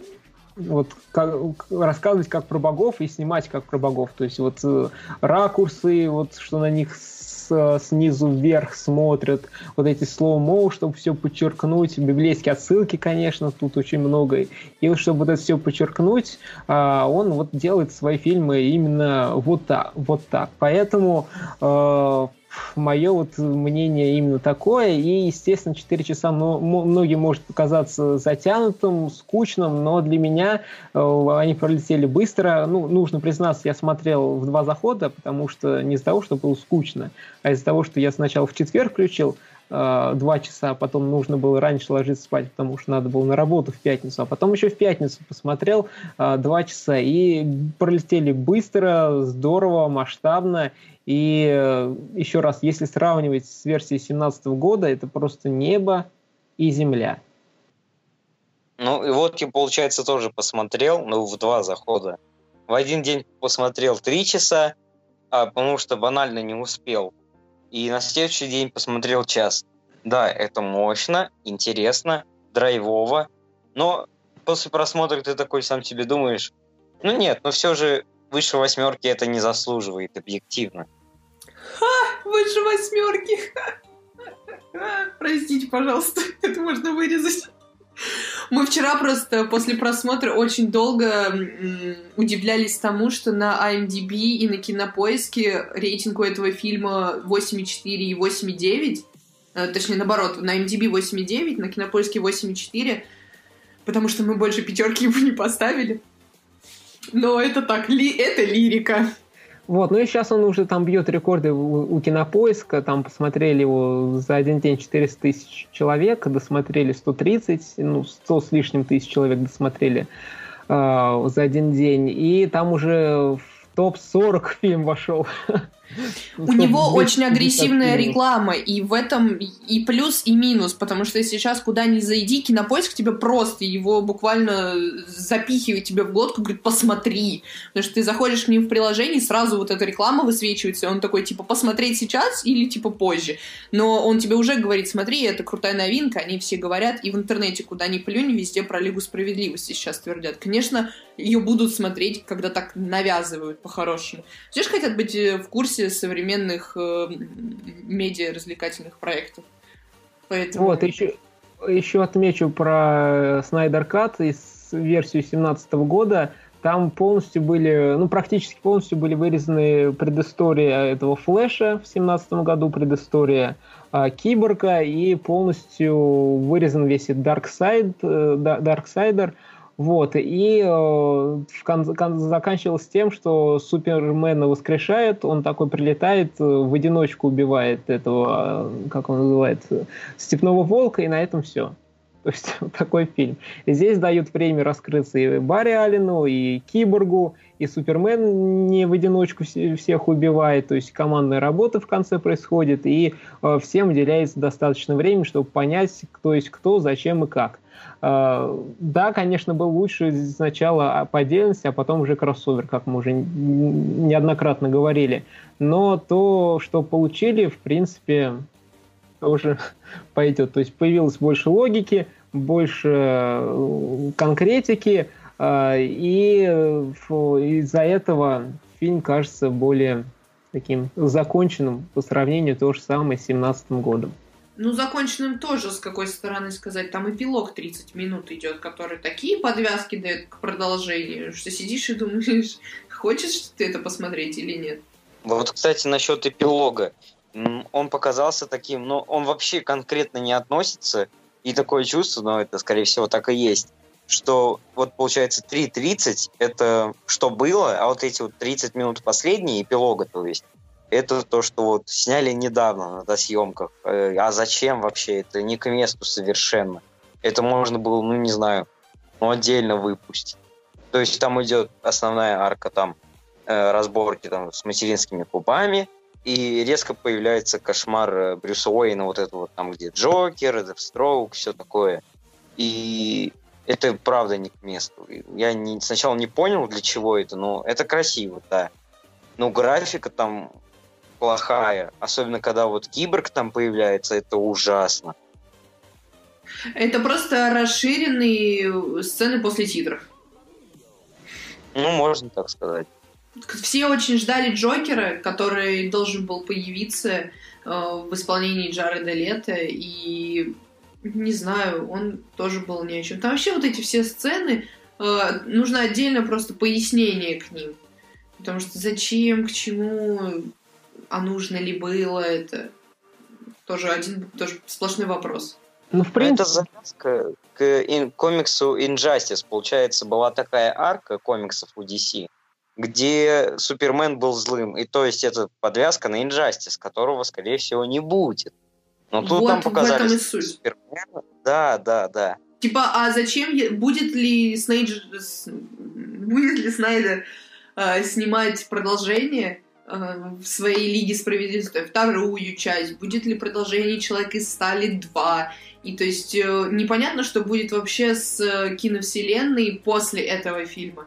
вот как, рассказывать как про богов и снимать как про богов. То есть вот э, ракурсы, вот что на них с, снизу вверх смотрят, вот эти слоу-моу, чтобы все подчеркнуть, библейские отсылки, конечно, тут очень много. И вот чтобы вот это все подчеркнуть, э, он вот делает свои фильмы именно вот так. Вот так. Поэтому э, мое вот мнение именно такое, и, естественно, четыре часа многим может показаться затянутым, скучным, но для меня э, они пролетели быстро. Ну, нужно признаться, я смотрел в два захода, потому что не из-за того, что было скучно, а из-за того, что я сначала в четверг включил э, два часа, потом нужно было раньше ложиться спать, потому что надо было на работу в пятницу, а потом еще в пятницу посмотрел э, два часа, и пролетели быстро, здорово, масштабно. И э, еще раз, если сравнивать с версией семнадцатого года, это просто небо и земля. Ну и вот я, получается, тоже посмотрел, ну, в два захода. В один день посмотрел три часа, а потому что банально не успел и на следующий день посмотрел час. Да, это мощно, интересно, драйвово, но после просмотра ты такой сам себе думаешь, ну нет, но все же выше восьмерки это не заслуживает объективно. Ха! Выше восьмерки! Простите, пожалуйста, это можно вырезать. Мы вчера просто после просмотра очень долго м, удивлялись тому, что на ай эм ди би и на Кинопоиске рейтинг у этого фильма восемь и четыре и восемь и девять. Э, точнее, наоборот, на ай эм ди би восемь и девять, на Кинопоиске восемь и четыре, потому что мы больше пятерки ему не поставили. Но это так, ли, это лирика. Вот, ну и сейчас он уже там бьет рекорды у, у Кинопоиска, там посмотрели его за один день четыреста тысяч человек, досмотрели сто тридцать, ну, сто с лишним тысяч человек досмотрели э, за один день, и там уже в топ сорок фильм вошел. У него очень агрессивная реклама, и в этом и плюс, и минус, потому что если сейчас куда ни зайди, Кинопоиск тебе просто его буквально запихивает тебе в глотку, говорит, посмотри, потому что ты заходишь к ним в приложение, сразу вот эта реклама высвечивается, и он такой, типа, посмотреть сейчас или, типа, позже, но он тебе уже говорит, смотри, это крутая новинка, они все говорят, и в интернете, куда ни плюнь, везде про Лигу справедливости сейчас твердят. Конечно, ее будут смотреть, когда так навязывают по-хорошему. Все же хотят быть в курсе современных э, медиа-развлекательных проектов. Поэтому... Вот, еще, еще отмечу про Снайдер Кат из версию семнадцатого года. Там полностью были, ну, практически полностью были вырезаны предыстория этого Флэша в семнадцатом году, предыстория э, Киборга, и полностью вырезан весь Дарксайд, э, Дарксайдер. Вот, и э, в кон- кон- заканчивалось тем, что Супермена воскрешает, он такой прилетает, в одиночку убивает этого, как он называется, степного волка, и на этом все. То есть вот такой фильм. И здесь дают время раскрыться и Барри Аллену, и Киборгу, и Супермен не в одиночку всех убивает, то есть командная работа в конце происходит, и э, всем уделяется достаточно времени, чтобы понять, кто есть кто, зачем и как. Uh, да, конечно, был лучше сначала по отдельности, а потом уже кроссовер, как мы уже неоднократно говорили. Но то, что получили, в принципе, тоже пойдет. То есть появилось больше логики, больше конкретики, uh, и из-за этого фильм кажется более таким законченным по сравнению то же самое с семнадцатым годом. Ну, законченным тоже, с какой стороны сказать. Там эпилог тридцать минут идет, который такие подвязки дает к продолжению, что сидишь и думаешь, хочешь ты это посмотреть или нет. Вот, кстати, насчет эпилога. Он показался таким, но он вообще конкретно не относится, и такое чувство, но это, скорее всего, так и есть, что вот, получается, три тридцать это что было, а вот эти вот тридцать минут последние, эпилога, то есть, это то, что вот сняли недавно на съемках. А зачем вообще? Это не к месту совершенно. Это можно было, ну не знаю, ну отдельно выпустить. То есть там идет основная арка там э, разборки там с материнскими клубами, и резко появляется кошмар Брюса Уэйна, вот это вот там, где Джокер, Дефстроук, все такое. И это правда не к месту. Я не, сначала не понял, для чего это, но это красиво, да. Но графика там плохая. Особенно, когда вот Киборг там появляется, это ужасно. Это просто расширенные сцены после титров. Ну, можно так сказать. Все очень ждали Джокера, который должен был появиться э, в исполнении Джареда Лето, и не знаю, он тоже был не о чем. Там вообще вот эти все сцены, э, нужно отдельно просто пояснение к ним. Потому что зачем, к чему, а нужно ли было это? Тоже один тоже сплошной вопрос. Ну, в принципе... Это завязка к ин- комиксу Injustice. Получается, была такая арка комиксов у ди си, где Супермен был злым. И то есть это подвязка на Injustice, которого, скорее всего, не будет. Но тут вот нам показали в этом и суть. Супермена. Да, да, да. Типа, а зачем, будет ли Снейдж... будет ли Снайдер э, снимать продолжение э, в своей Лиге Справедливости, вторую часть? Будет ли продолжение Человек из Стали два? И то есть э, непонятно, что будет вообще с э, киновселенной после этого фильма.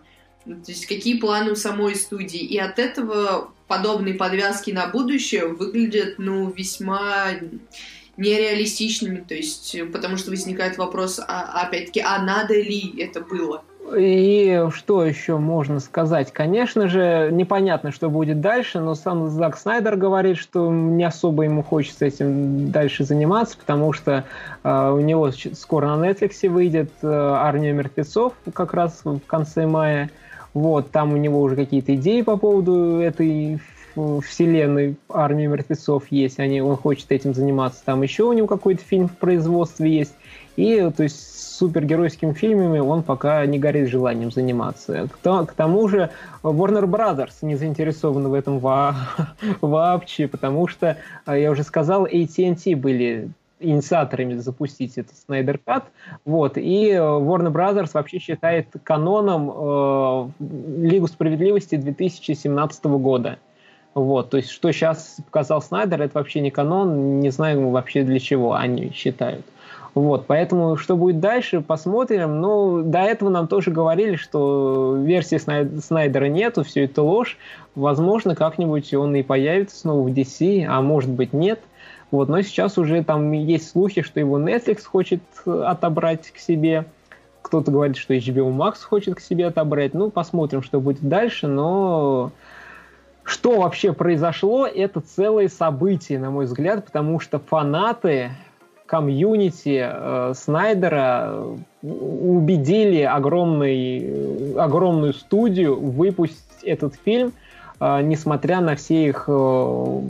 То есть какие планы у самой студии. И от этого подобные подвязки на будущее выглядят, ну, весьма нереалистичными. То есть, потому что возникает вопрос, а, опять-таки, а надо ли это было? И что еще можно сказать? Конечно же, непонятно, что будет дальше, но сам Зак Снайдер говорит, что не особо ему хочется этим дальше заниматься, потому что э, у него скоро на Netflix выйдет э, «Армия мертвецов» как раз в конце мая. Вот, там у него уже какие-то идеи по поводу этой вселенной «Армии мертвецов» есть, они, он хочет этим заниматься. Там еще у него какой-то фильм в производстве есть. И, то есть, с супергеройскими фильмами он пока не горит желанием заниматься. К, к тому же Warner Brothers не заинтересованы в этом во- вообще, потому что, я уже сказал, эй ти энд ти были инициаторами запустить этот Snyder Cut. Вот, и Warner Brothers вообще считает каноном э, Лигу справедливости две тысячи семнадцатого года. Вот, то есть, что сейчас показал Снайдер, это вообще не канон, не знаю вообще для чего они считают. Вот, поэтому что будет дальше, посмотрим. Ну, до этого нам тоже говорили, что версии Снайдера нету, все это ложь. Возможно, как-нибудь он и появится снова в ди си, а может быть нет. Вот, но сейчас уже там есть слухи, что его Netflix хочет отобрать к себе. Кто-то говорит, что эйч би о Max хочет к себе отобрать. Ну, посмотрим, что будет дальше, но... Что вообще произошло, это целое событие, на мой взгляд, потому что фанаты, комьюнити э, Снайдера убедили огромный, огромную студию выпустить этот фильм, э, несмотря на все их, э,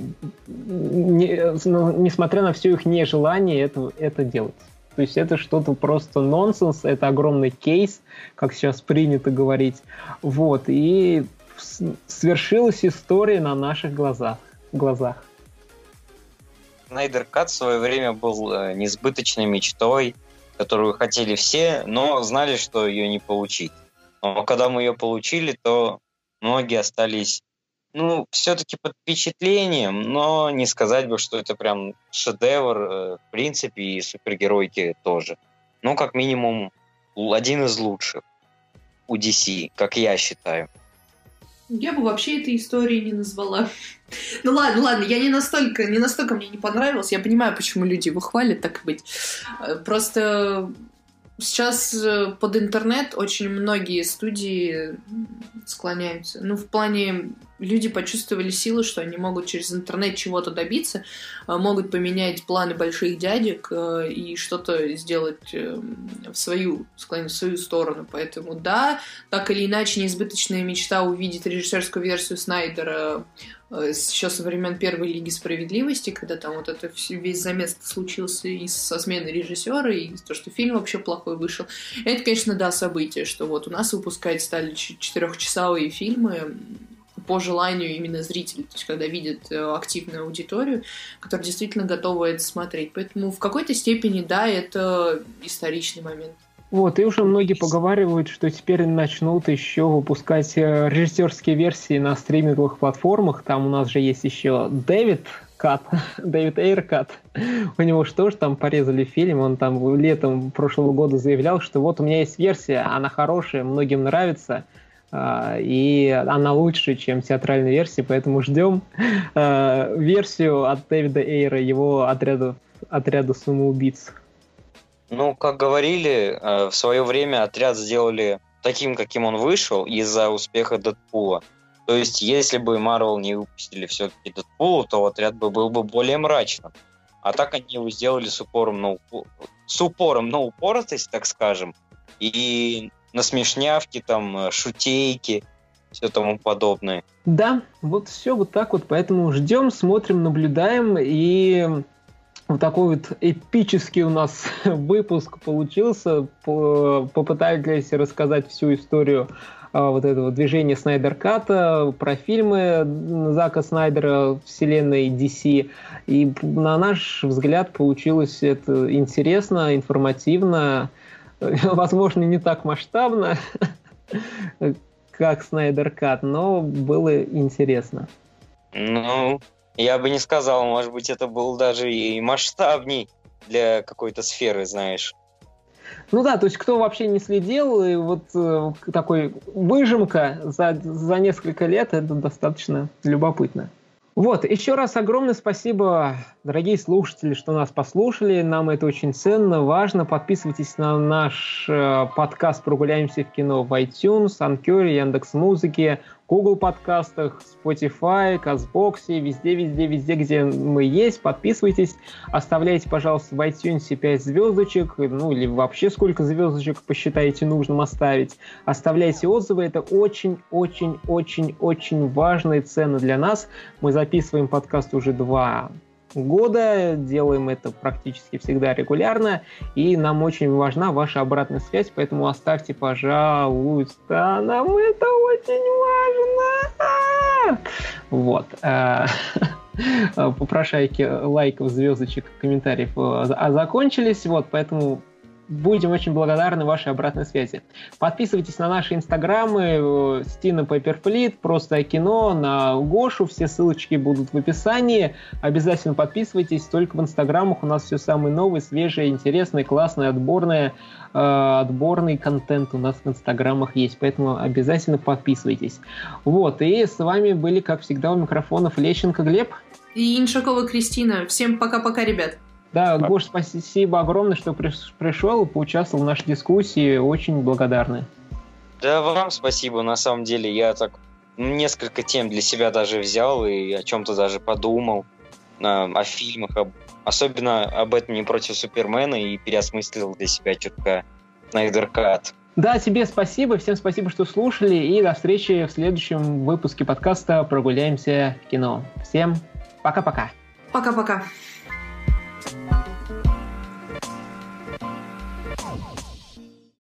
не, несмотря на все их нежелание это, это делать. То есть это что-то просто нонсенс, это огромный кейс, как сейчас принято говорить. Вот, и свершилась история на наших глазах. глазах. Снайдер Кат в свое время был э, несбыточной мечтой, которую хотели все, но знали, что ее не получить. Но когда мы ее получили, то многие остались, ну, все-таки под впечатлением, но не сказать бы, что это прям шедевр, э, в принципе, и супергеройки тоже. Ну, как минимум, один из лучших у ди си, как я считаю. Я бы вообще этой истории не назвала. Ну ладно, ладно, я не настолько, не настолько мне не понравилось. Я понимаю, почему люди его хвалят, так и быть. Просто сейчас под интернет очень многие студии склоняются. Ну, в плане, люди почувствовали силу, что они могут через интернет чего-то добиться, могут поменять планы больших дядек и что-то сделать в свою, склонить в свою сторону. Поэтому да, так или иначе, неизбыточная мечта увидеть режиссерскую версию Снайдера еще со времен первой Лиги Справедливости, когда там вот это весь замес случился и со сменой режиссера, и то, что фильм вообще плохой вышел. Это, конечно, да, событие, что вот у нас выпускать стали четырехчасовые фильмы по желанию именно зрителей, то есть когда видят активную аудиторию, которая действительно готова это смотреть. Поэтому в какой-то степени, да, это историчный момент. Вот, и уже многие поговаривают, что теперь начнут еще выпускать режиссерские версии на стриминговых платформах. Там у нас же есть еще Дэвид Кат, Дэвид Эйр Кат. У него что же там порезали фильм, он там летом прошлого года заявлял, что вот у меня есть версия, она хорошая, многим нравится, и она лучше, чем театральная версия, поэтому ждем версию от Дэвида Эйра, его отряда, отряда самоубийц. Ну, как говорили, в свое время отряд сделали таким, каким он вышел, из-за успеха Дэдпула. То есть, если бы Марвел не выпустили все-таки Дэдпула, то отряд бы был бы более мрачным. А так они его сделали с упором на, упор... с упором на упоротость, так скажем, и на смешнявки, там, шутейки, все тому подобное. Да, вот все вот так вот, поэтому ждем, смотрим, наблюдаем, и... Вот такой вот эпический у нас выпуск получился. Попытались рассказать всю историю а, вот этого движения Снайдер Ката, про фильмы Зака Снайдера, вселенной ди си. И на наш взгляд получилось это интересно, информативно, возможно, не так масштабно, как Снайдер Кат, но было интересно. Ну... Я бы не сказал, может быть, это был даже и масштабней для какой-то сферы, знаешь. Ну да, то есть кто вообще не следил, и вот э, такой выжимка за, за несколько лет, это достаточно любопытно. Вот, еще раз огромное спасибо, дорогие слушатели, что нас послушали. Нам это очень ценно, важно. Подписывайтесь на наш э, подкаст «Прогуляемся в кино» в iTunes, Анкоре, Яндекс.Музыке, Google подкастах, Spotify, Казбоксе, везде, везде, везде, где мы есть. Подписывайтесь, оставляйте, пожалуйста, в iTunes пять звездочек, ну или вообще сколько звездочек посчитаете нужным оставить. Оставляйте отзывы, это очень-очень-очень-очень важно и ценно для нас. Мы записываем подкаст уже два года, делаем это практически всегда регулярно, и нам очень важна ваша обратная связь, поэтому оставьте, пожалуйста, нам это очень важно. Вот. Попрошайки лайков, звездочек, комментариев закончились, вот, поэтому будем очень благодарны вашей обратной связи. Подписывайтесь на наши инстаграмы, Стина Пепперфлит, Просто кино, на Гошу, все ссылочки будут в описании. Обязательно подписывайтесь, только в инстаграмах у нас все самое новое, свежее, интересное, классное, отборное, э, отборный контент у нас в инстаграмах есть, поэтому обязательно подписывайтесь. Вот, и с вами были, как всегда, у микрофонов Лещенко Глеб и Иншакова Кристина. Всем пока-пока, ребят. Да, Гош, спасибо огромное, что пришел и поучаствовал в нашей дискуссии. Очень благодарны. Да, вам спасибо. На самом деле я так несколько тем для себя даже взял и о чем-то даже подумал. О фильмах, об, особенно об этом «Не против Супермена», и переосмыслил для себя чутка Снайдер Кат. Да, тебе спасибо. Всем спасибо, что слушали. И до встречи в следующем выпуске подкаста «Прогуляемся в кино». Всем пока-пока. Пока-пока.